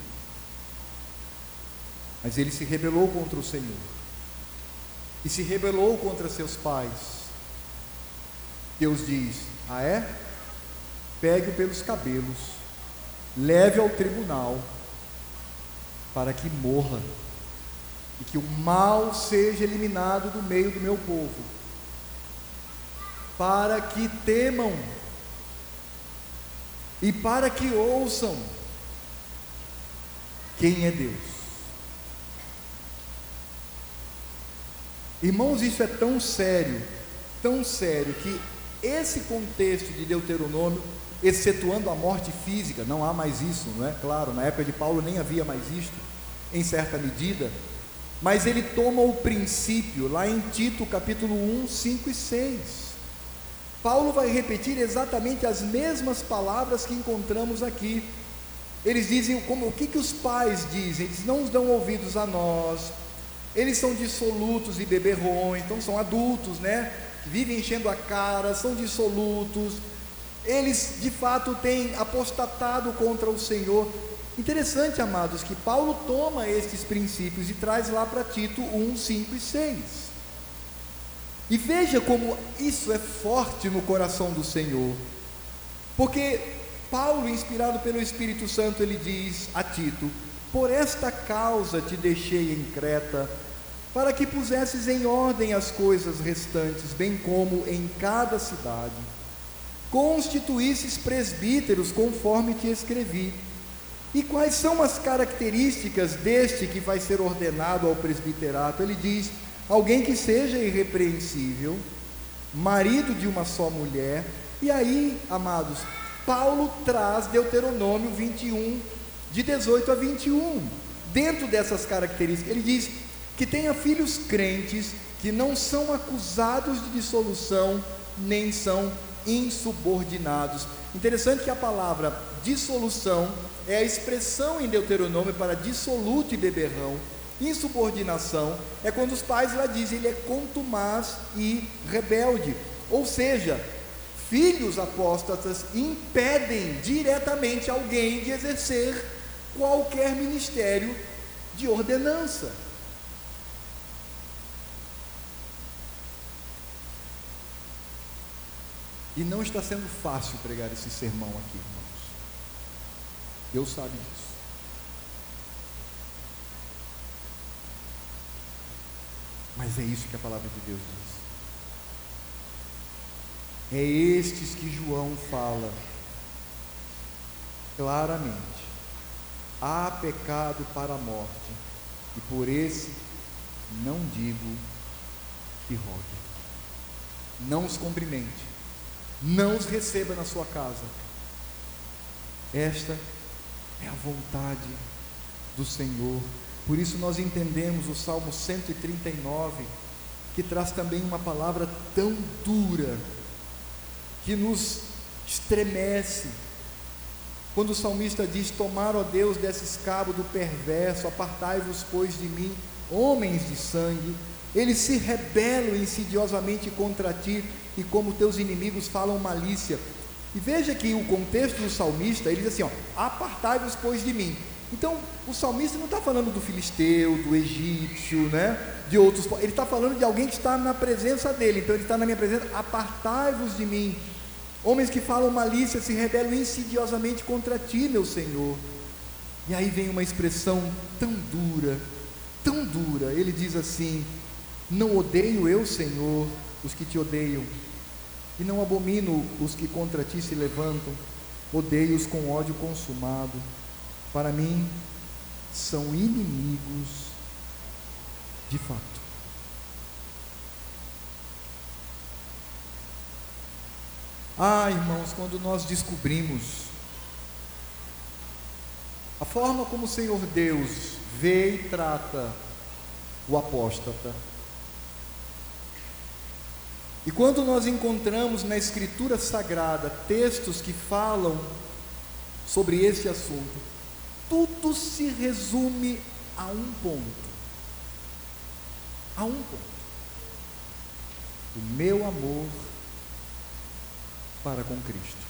mas ele se rebelou contra o Senhor e se rebelou contra seus pais. Deus diz: ah é? Pegue-o pelos cabelos, leve ao tribunal, para que morra e que o mal seja eliminado do meio do meu povo. para que temam e para que ouçam quem é Deus. Irmãos, isso é tão sério, que esse contexto de Deuteronômio, excetuando a morte física, não há mais isso, não é? Claro, na época de Paulo nem havia mais isto, em certa medida, mas ele toma o princípio lá em Tito capítulo 1, 5 e 6. Paulo vai repetir exatamente as mesmas palavras que encontramos aqui. Eles dizem, o que os pais dizem? Eles não dão ouvidos a nós, eles são dissolutos e beberrões, então são adultos, né? Que vivem enchendo a cara, são dissolutos, eles de fato têm apostatado contra o Senhor. Interessante, amados, que Paulo toma estes princípios e traz lá para Tito 1, 5 e 6. E veja como isso é forte no coração do Senhor, porque Paulo, inspirado pelo Espírito Santo, ele diz a Tito: por esta causa te deixei em Creta, para que pusesses em ordem as coisas restantes, bem como em cada cidade constituísses presbíteros, conforme te escrevi. E quais são as características deste que vai ser ordenado ao presbiterato? Ele diz: alguém que seja irrepreensível, marido de uma só mulher. E aí, amados, Paulo traz Deuteronômio 21, de 18 a 21. Dentro dessas características, ele diz que tenha filhos crentes, que não são acusados de dissolução, nem são insubordinados. Interessante que a palavra dissolução é a expressão em Deuteronômio para dissoluto e beberrão. Insubordinação é quando os pais lá dizem ele é contumaz e rebelde, ou seja, filhos apóstatas impedem diretamente alguém de exercer qualquer ministério de ordenança. E não está sendo fácil pregar esse sermão aqui, irmãos. Deus sabe disso. Mas é isso que a palavra de Deus diz. É estes que João fala claramente: há pecado para a morte, e por esse não digo que rogue. Não os cumprimente, não os receba na sua casa. Esta é a vontade do Senhor. Por isso nós entendemos o Salmo 139, que traz também uma palavra tão dura, que nos estremece, quando o salmista diz: tomar, ó Deus, desse escabo do perverso, apartai-vos, pois, de mim, homens de sangue. Eles se rebelam insidiosamente contra ti, e como teus inimigos falam malícia. E veja que o contexto do salmista, ele diz assim: apartai-vos, pois, de mim. Então o salmista não está falando do filisteu, do egípcio, né, de outros, ele está falando de alguém que está na presença dele. Então ele está na minha presença: apartai-vos de mim, homens que falam malícia, se rebelam insidiosamente contra ti, meu Senhor. E aí vem uma expressão tão dura, ele diz assim: não odeio eu, Senhor, os que te odeiam, e não abomino os que contra ti se levantam, odeio-os com ódio consumado. Para mim são inimigos de fato. Irmãos, quando nós descobrimos a forma como o Senhor Deus vê e trata o apóstata, e quando nós encontramos na Escritura Sagrada textos que falam sobre esse assunto, tudo se resume a um ponto: o meu amor para com Cristo,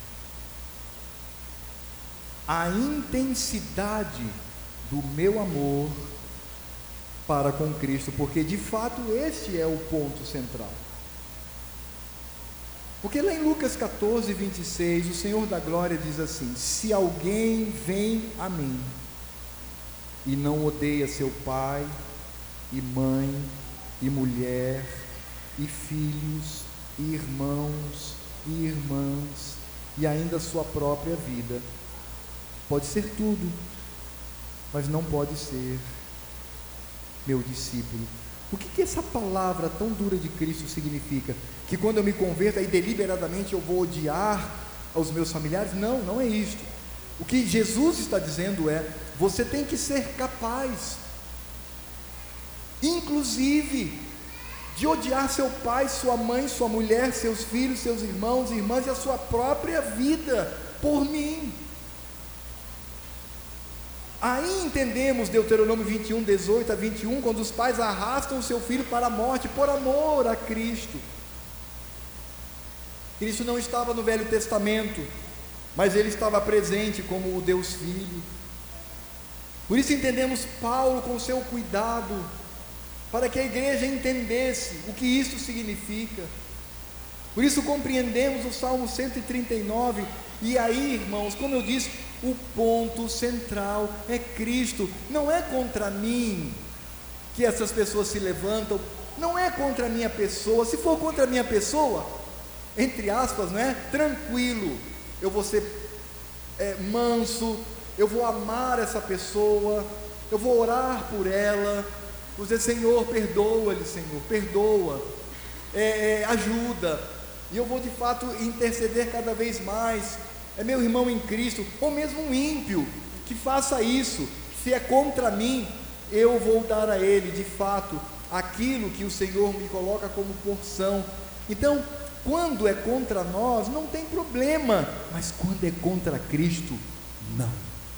a intensidade do meu amor para com Cristo, porque de fato este é o ponto central. Porque lá em Lucas 14, 26, o Senhor da Glória diz assim: se alguém vem a mim e não odeia seu pai, e mãe, e mulher, e filhos, irmãos e irmãs e ainda sua própria vida. Pode ser tudo, mas não pode ser meu discípulo. O que essa palavra tão dura de Cristo significa? Que quando eu me converto, aí deliberadamente eu vou odiar aos meus familiares? Não, não é isto. O que Jesus está dizendo é: você tem que ser capaz, inclusive, de odiar seu pai, sua mãe, sua mulher, seus filhos, seus irmãos, irmãs e a sua própria vida, por mim. Aí entendemos Deuteronômio 21, 18 a 21, quando os pais arrastam o seu filho para a morte, por amor a Cristo. Cristo não estava no Velho Testamento, mas ele estava presente como o Deus Filho. Por isso entendemos Paulo com o seu cuidado, para que a igreja entendesse o que isso significa. Por isso compreendemos o Salmo 139, e aí, irmãos, como eu disse, o ponto central é Cristo. Não é contra mim que essas pessoas se levantam, não é contra a minha pessoa. Se for contra a minha pessoa, entre aspas, não é? Tranquilo, eu vou ser manso, eu vou amar essa pessoa, eu vou orar por ela, vou dizer: Senhor, perdoa-lhe, Senhor, perdoa, ajuda, e eu vou de fato interceder cada vez mais. É meu irmão em Cristo, ou mesmo um ímpio que faça isso, se é contra mim, eu vou dar a ele de fato aquilo que o Senhor me coloca como porção. Então, quando é contra nós, não tem problema, mas quando é contra Cristo, não.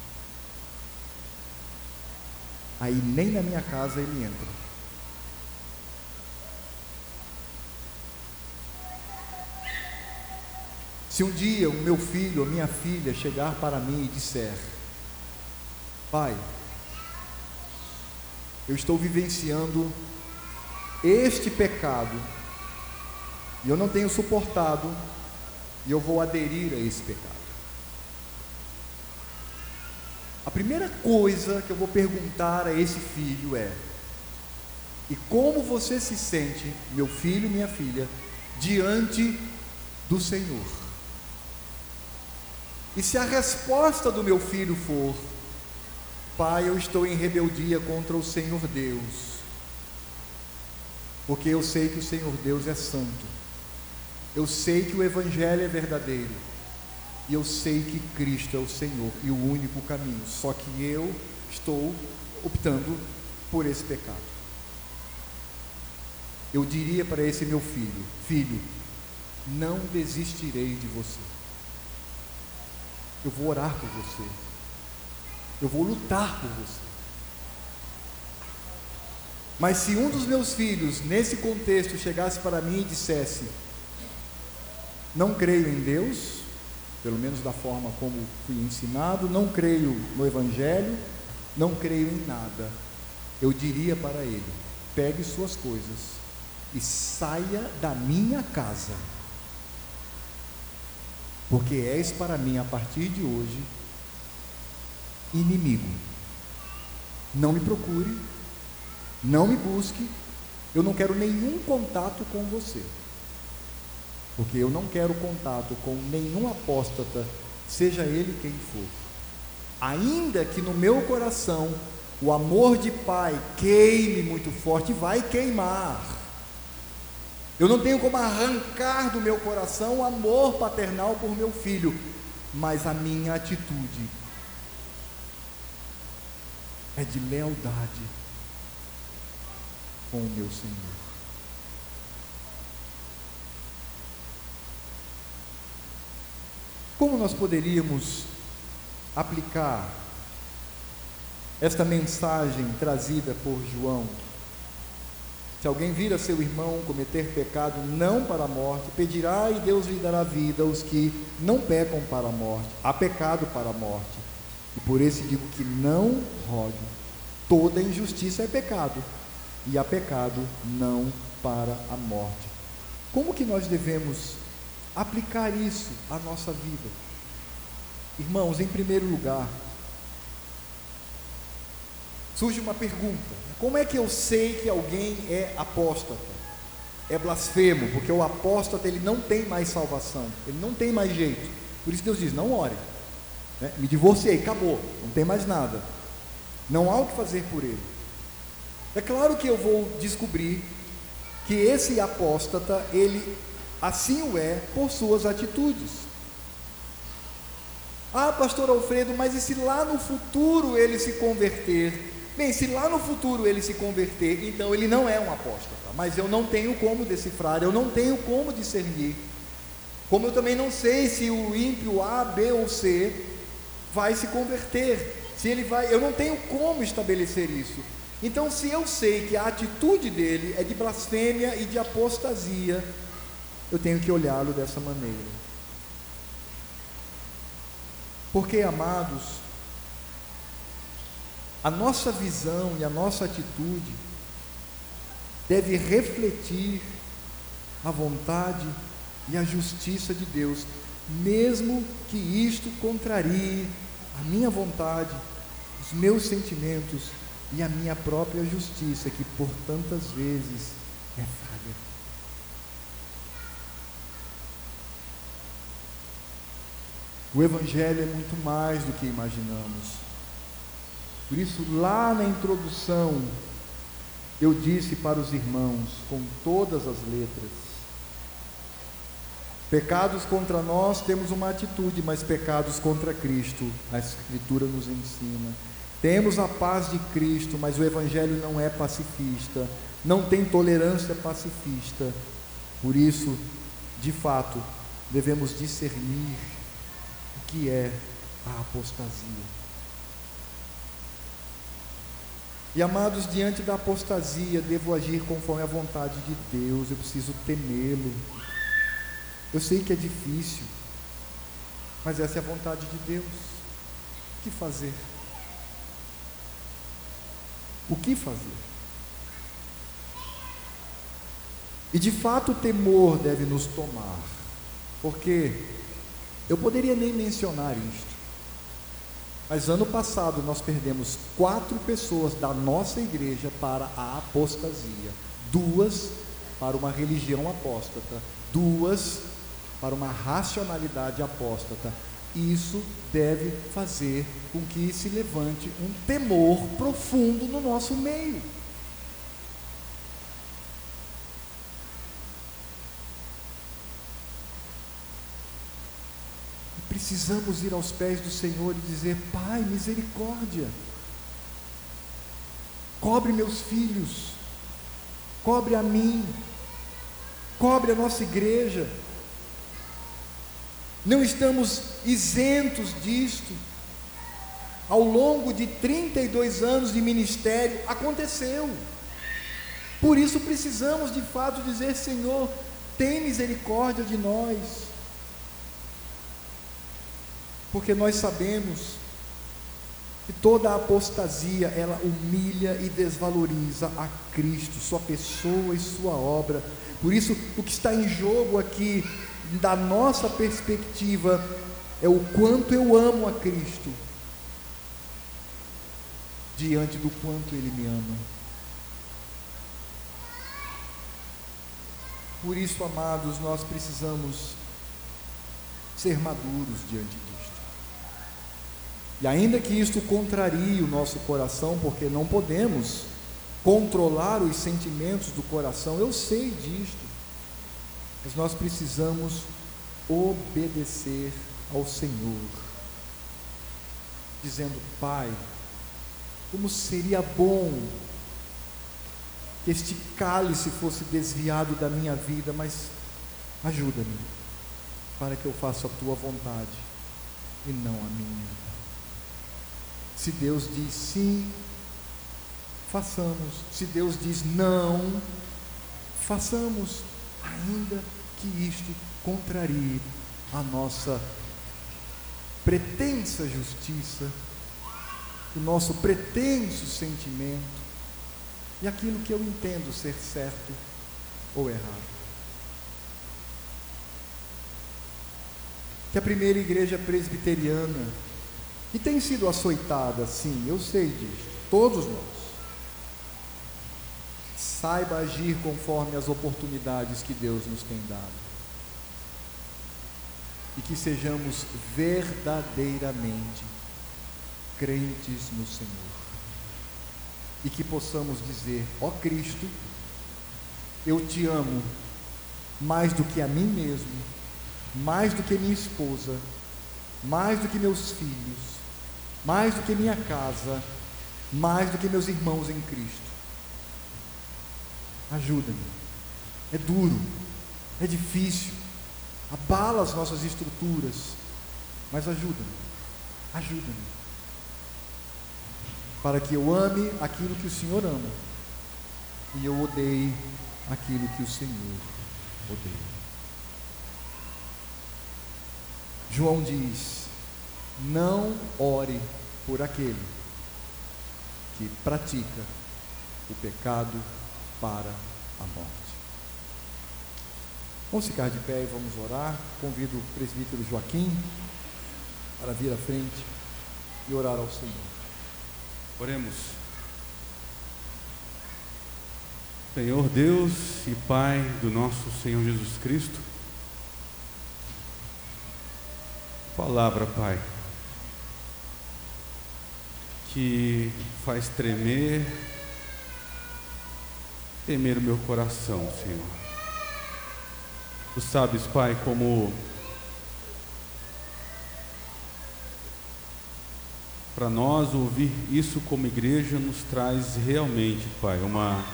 Aí nem na minha casa ele entra. Se um dia o meu filho ou minha filha chegar para mim e disser: pai, eu estou vivenciando este pecado, e eu não tenho suportado, e eu vou aderir a esse pecado, a primeira coisa que eu vou perguntar a esse filho é: e como você se sente, meu filho e minha filha, diante do Senhor? E se a resposta do meu filho for: pai, eu estou em rebeldia contra o Senhor Deus, porque eu sei que o Senhor Deus é santo, eu sei que o Evangelho é verdadeiro, e eu sei que Cristo é o Senhor e o único caminho, só que eu estou optando por esse pecado, eu diria para esse meu filho: filho, não desistirei de você, eu vou orar por você, eu vou lutar por você. Mas se um dos meus filhos, nesse contexto, chegasse para mim e dissesse: não creio em Deus, pelo menos da forma como fui ensinado, não creio no Evangelho, não creio em nada, eu diria para ele: pegue suas coisas e saia da minha casa, porque és para mim, a partir de hoje, inimigo. Não me procure, não me busque, eu não quero nenhum contato com você, porque eu não quero contato com nenhum apóstata, seja ele quem for, ainda que no meu coração o amor de pai queime muito forte, vai queimar. Eu não tenho como arrancar do meu coração o amor paternal por meu filho, mas a minha atitude é de lealdade com o meu Senhor. Como nós poderíamos aplicar esta mensagem trazida por João? Se alguém vir a seu irmão cometer pecado não para a morte, pedirá e Deus lhe dará vida aos que não pecam para a morte. Há pecado para a morte, e por isso digo que não rogue. Toda injustiça é pecado, e há pecado não para a morte. Como que nós devemos aplicar isso à nossa vida? Irmãos, em primeiro lugar, surge uma pergunta: como é que eu sei que alguém é apóstata? é blasfemo, porque o apóstata ele não tem mais salvação, ele não tem mais jeito. Por isso Deus diz: não ore, né? Me divorciei, acabou, não tem mais nada, não há o que fazer por ele. É claro que eu vou descobrir que esse apóstata, ele assim o é por suas atitudes. Ah, pastor Alfredo, mas e se lá no futuro ele se converter? Bem, se lá no futuro ele se converter, então ele não é um apóstata, mas eu não tenho como decifrar, eu não tenho como discernir, como eu também não sei se o ímpio A, B ou C vai se converter, se ele vai, eu não tenho como estabelecer isso. Então, se eu sei que a atitude dele é de blasfêmia e de apostasia, eu tenho que olhá-lo dessa maneira. Porque, amados, a nossa visão e a nossa atitude deve refletir a vontade e a justiça de Deus, mesmo que isto contrarie a minha vontade, os meus sentimentos e a minha própria justiça, que por tantas vezes é falha. O Evangelho é muito mais do que imaginamos. Por isso, lá na introdução, eu disse para os irmãos, com todas as letras: pecados contra nós temos uma atitude, mas pecados contra Cristo, a Escritura nos ensina. Temos a paz de Cristo, mas o Evangelho não é pacifista, não tem tolerância pacifista. Por isso, de fato, devemos discernir o que é a apostasia. E, amados, diante da apostasia, devo agir conforme a vontade de Deus, eu preciso temê-lo. Eu sei que é difícil, mas essa é a vontade de Deus. O que fazer? O que fazer? E de fato o temor deve nos tomar, porque eu poderia nem mencionar isto, mas ano passado nós perdemos 4 pessoas da nossa igreja para a apostasia, 2 para uma religião apóstata, 2 para uma racionalidade apóstata. Isso deve fazer com que se levante um temor profundo no nosso meio. Precisamos ir aos pés do Senhor e dizer: Pai, misericórdia, cobre meus filhos, cobre a mim, cobre a nossa igreja. Não estamos isentos disto. Ao longo de 32 anos de ministério, aconteceu. Por isso precisamos de fato dizer: Senhor, tem misericórdia de nós. Porque nós sabemos que toda a apostasia, ela humilha e desvaloriza a Cristo, sua pessoa e sua obra. Por isso, o que está em jogo aqui, da nossa perspectiva, é o quanto eu amo a Cristo, diante do quanto Ele me ama. Por isso, amados, nós precisamos ser maduros diante disto. E ainda que isto contrarie o nosso coração, porque não podemos controlar os sentimentos do coração, eu sei disto, mas nós precisamos obedecer ao Senhor, dizendo: Pai, como seria bom que este cálice fosse desviado da minha vida, mas ajuda-me, para que eu faça a tua vontade e não a minha. Se Deus diz sim, façamos. Se Deus diz não, façamos, ainda que isto contrarie a nossa pretensa justiça, o nosso pretenso sentimento e aquilo que eu entendo ser certo ou errado. Que a primeira igreja presbiteriana, que tem sido açoitada, sim, eu sei disso, todos nós, saiba agir conforme as oportunidades que Deus nos tem dado. E que sejamos verdadeiramente crentes no Senhor. E que possamos dizer: ó Cristo, eu te amo mais do que a mim mesmo, mais do que minha esposa, mais do que meus filhos, mais do que minha casa, mais do que meus irmãos em Cristo. Ajuda-me. É duro, é difícil, abala as nossas estruturas, mas ajuda-me, para que eu ame aquilo que o Senhor ama e eu odeie aquilo que o Senhor odeia. João diz: não ore por aquele que pratica o pecado para a morte. Vamos ficar de pé e vamos orar. Convido o presbítero Joaquim para vir à frente e orar ao Senhor. Oremos. Senhor Deus e Pai do nosso Senhor Jesus Cristo, palavra, Pai, que faz temer o meu coração, Senhor. Tu sabes, Pai, como para nós ouvir isso como igreja nos traz realmente, Pai, uma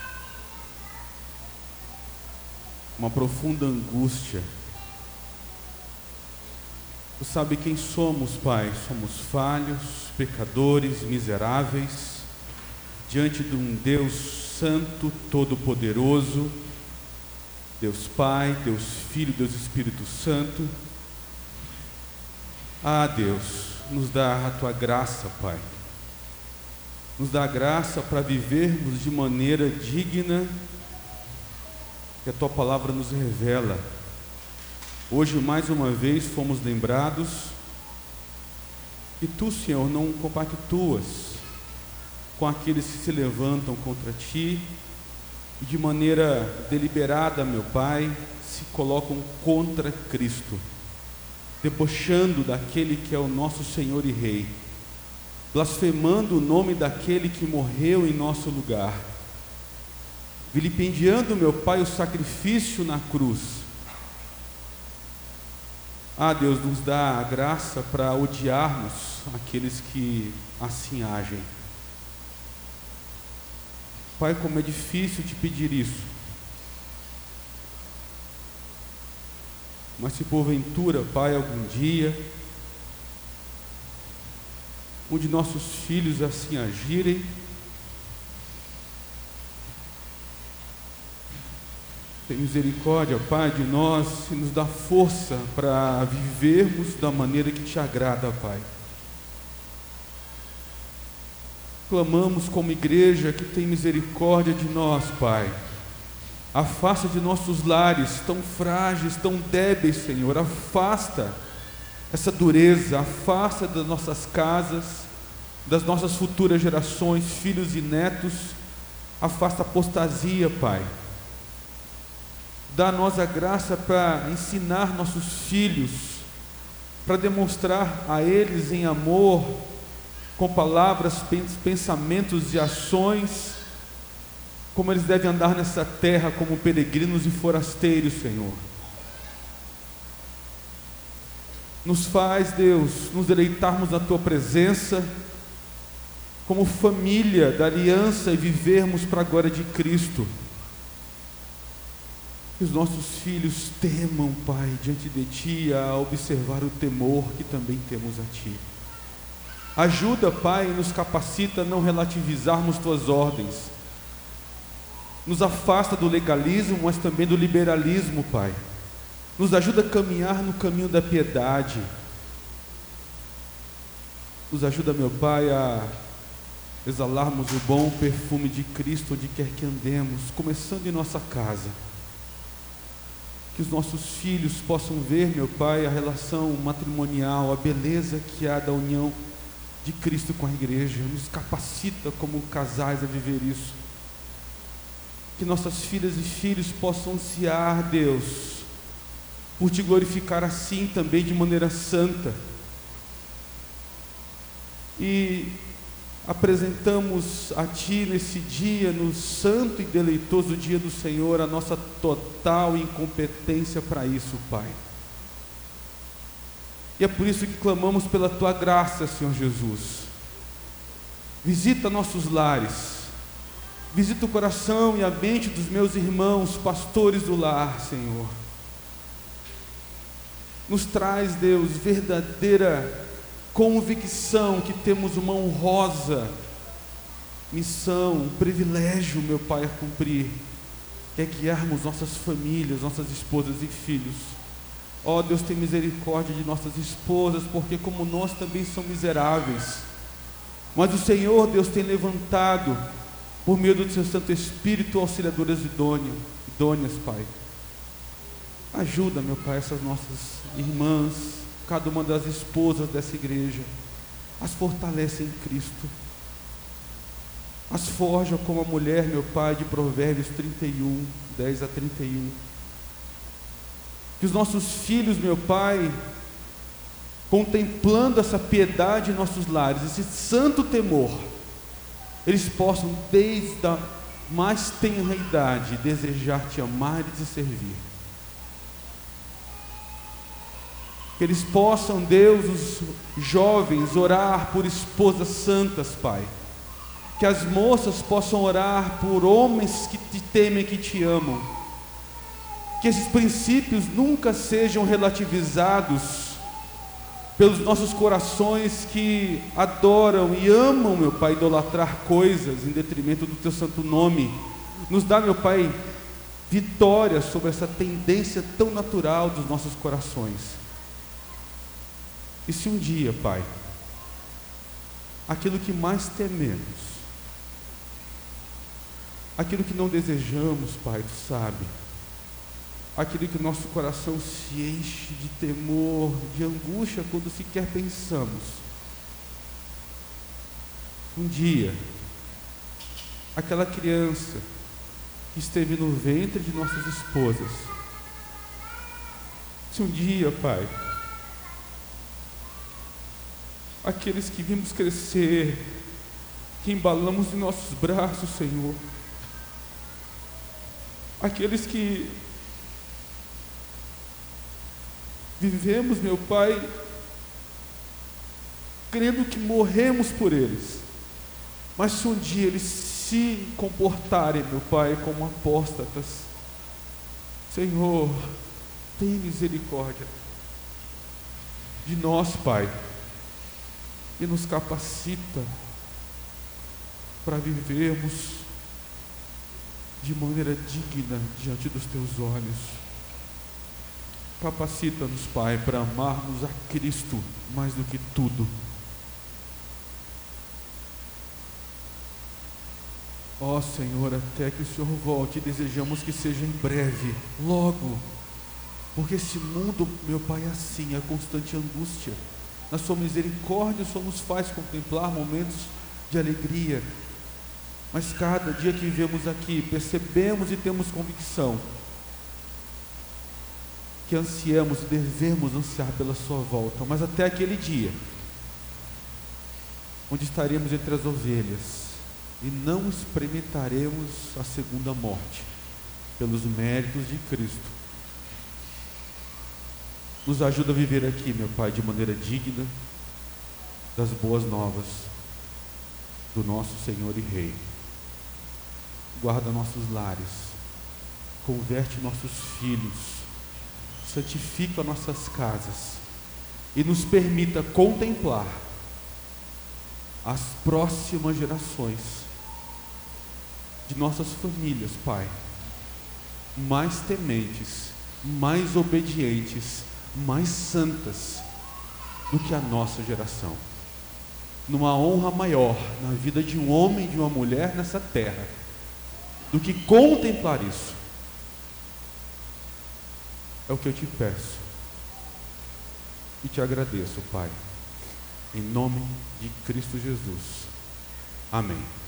profunda angústia. Tu sabe quem somos, Pai. Somos falhos, pecadores, miseráveis, diante de um Deus Santo, Todo-Poderoso, Deus Pai, Deus Filho, Deus Espírito Santo. Ah, Deus, nos dá a Tua graça, Pai. Nos dá a graça para vivermos de maneira digna que a Tua Palavra nos revela. Hoje, mais uma vez, fomos lembrados que Tu, Senhor, não compactuas com aqueles que se levantam contra Ti e de maneira deliberada, meu Pai, se colocam contra Cristo, debochando daquele que é o nosso Senhor e Rei, blasfemando o nome daquele que morreu em nosso lugar, vilipendiando, meu Pai, o sacrifício na cruz. Ah, Deus, nos dá a graça para odiarmos aqueles que assim agem. Pai, como é difícil te pedir isso, mas se porventura, Pai, algum dia um de nossos filhos assim agirem, tem misericórdia, Pai, de nós e nos dá força para vivermos da maneira que te agrada, Pai. Clamamos como igreja que tem misericórdia de nós, Pai. Afasta de nossos lares tão frágeis, tão débeis, Senhor. Afasta essa dureza, afasta das nossas casas, das nossas futuras gerações, filhos e netos. Afasta a apostasia, Pai. Dá a nós a graça para ensinar nossos filhos, para demonstrar a eles em amor, com palavras, pensamentos e ações, como eles devem andar nessa terra como peregrinos e forasteiros, Senhor. Nos faz, Deus, nos deleitarmos na Tua presença, como família da aliança e vivermos para a glória de Cristo. Que os nossos filhos temam, Pai, diante de Ti, a observar o temor que também temos a Ti. Ajuda, Pai, e nos capacita a não relativizarmos Tuas ordens. Nos afasta do legalismo, mas também do liberalismo, Pai. Nos ajuda a caminhar no caminho da piedade. Nos ajuda, meu Pai, a exalarmos o bom perfume de Cristo onde quer que andemos, começando em nossa casa. Que os nossos filhos possam ver, meu Pai, a relação matrimonial, a beleza que há da união de Cristo com a igreja. Nos capacita como casais a viver isso. que nossas filhas e filhos possam ansiar, Deus, por Te glorificar assim também de maneira santa. E apresentamos a Ti nesse dia, no santo e deleitoso dia do Senhor, a nossa total incompetência para isso, Pai. E é por isso que clamamos pela Tua graça, Senhor Jesus. Visita nossos lares, visita o coração e a mente dos meus irmãos, pastores do lar, Senhor. Nos traz, Deus, verdadeira convicção que temos uma honrosa missão, um privilégio, meu Pai, a cumprir, que é guiarmos nossas famílias, nossas esposas e filhos. Ó Deus, tem misericórdia de nossas esposas, porque como nós também somos miseráveis, mas o Senhor, Deus, tem levantado, por meio do Seu Santo Espírito, auxiliadoras idôneas, Pai. Ajuda, meu Pai, essas nossas irmãs, cada uma das esposas dessa igreja, as fortalece em Cristo, as forja como a mulher, meu Pai, de Provérbios 31, 10 a 31. Que os nossos filhos, meu Pai, contemplando essa piedade em nossos lares, esse santo temor, eles possam, desde a mais tenra idade, desejar Te amar e Te servir. Que eles possam, Deus, os jovens, orar por esposas santas, Pai. Que as moças possam orar por homens que Te temem, que Te amam. Que esses princípios nunca sejam relativizados pelos nossos corações que adoram e amam, meu Pai, idolatrar coisas em detrimento do Teu santo nome. Nos dá, meu Pai, vitória sobre essa tendência tão natural dos nossos corações. E se um dia, Pai, aquilo que mais tememos, aquilo que não desejamos, Pai, Tu sabe, aquilo que nosso coração se enche de temor, de angústia quando sequer pensamos, um dia, aquela criança que esteve no ventre de nossas esposas, se um dia, Pai, aqueles que vimos crescer, que embalamos em nossos braços, Senhor, aqueles que vivemos, meu Pai, crendo que morremos por eles, mas se um dia eles se comportarem, meu Pai, como apóstatas, Senhor, tem misericórdia de nós, Pai, e nos capacita para vivermos de maneira digna diante dos Teus olhos. Capacita-nos, Pai, para amarmos a Cristo mais do que tudo. Ó Senhor, até que o Senhor volte, desejamos que seja em breve, logo, porque esse mundo, meu Pai, é assim, é constante angústia. Na Sua misericórdia, o Senhor nos faz contemplar momentos de alegria, mas cada dia que vivemos aqui, percebemos e temos convicção que ansiamos e devemos ansiar pela Sua volta, mas até aquele dia, onde estaremos entre as ovelhas, e não experimentaremos a segunda morte, pelos méritos de Cristo. Nos ajuda a viver aqui, meu Pai, de maneira digna das boas novas do nosso Senhor e Rei. Guarda nossos lares, converte nossos filhos, santifica nossas casas e nos permita contemplar as próximas gerações de nossas famílias, Pai, mais tementes, mais obedientes, mais santas do que a nossa geração, numa honra maior na vida de um homem e de uma mulher nessa terra, do que contemplar isso. É o que eu te peço e te agradeço, Pai, em nome de Cristo Jesus. Amém.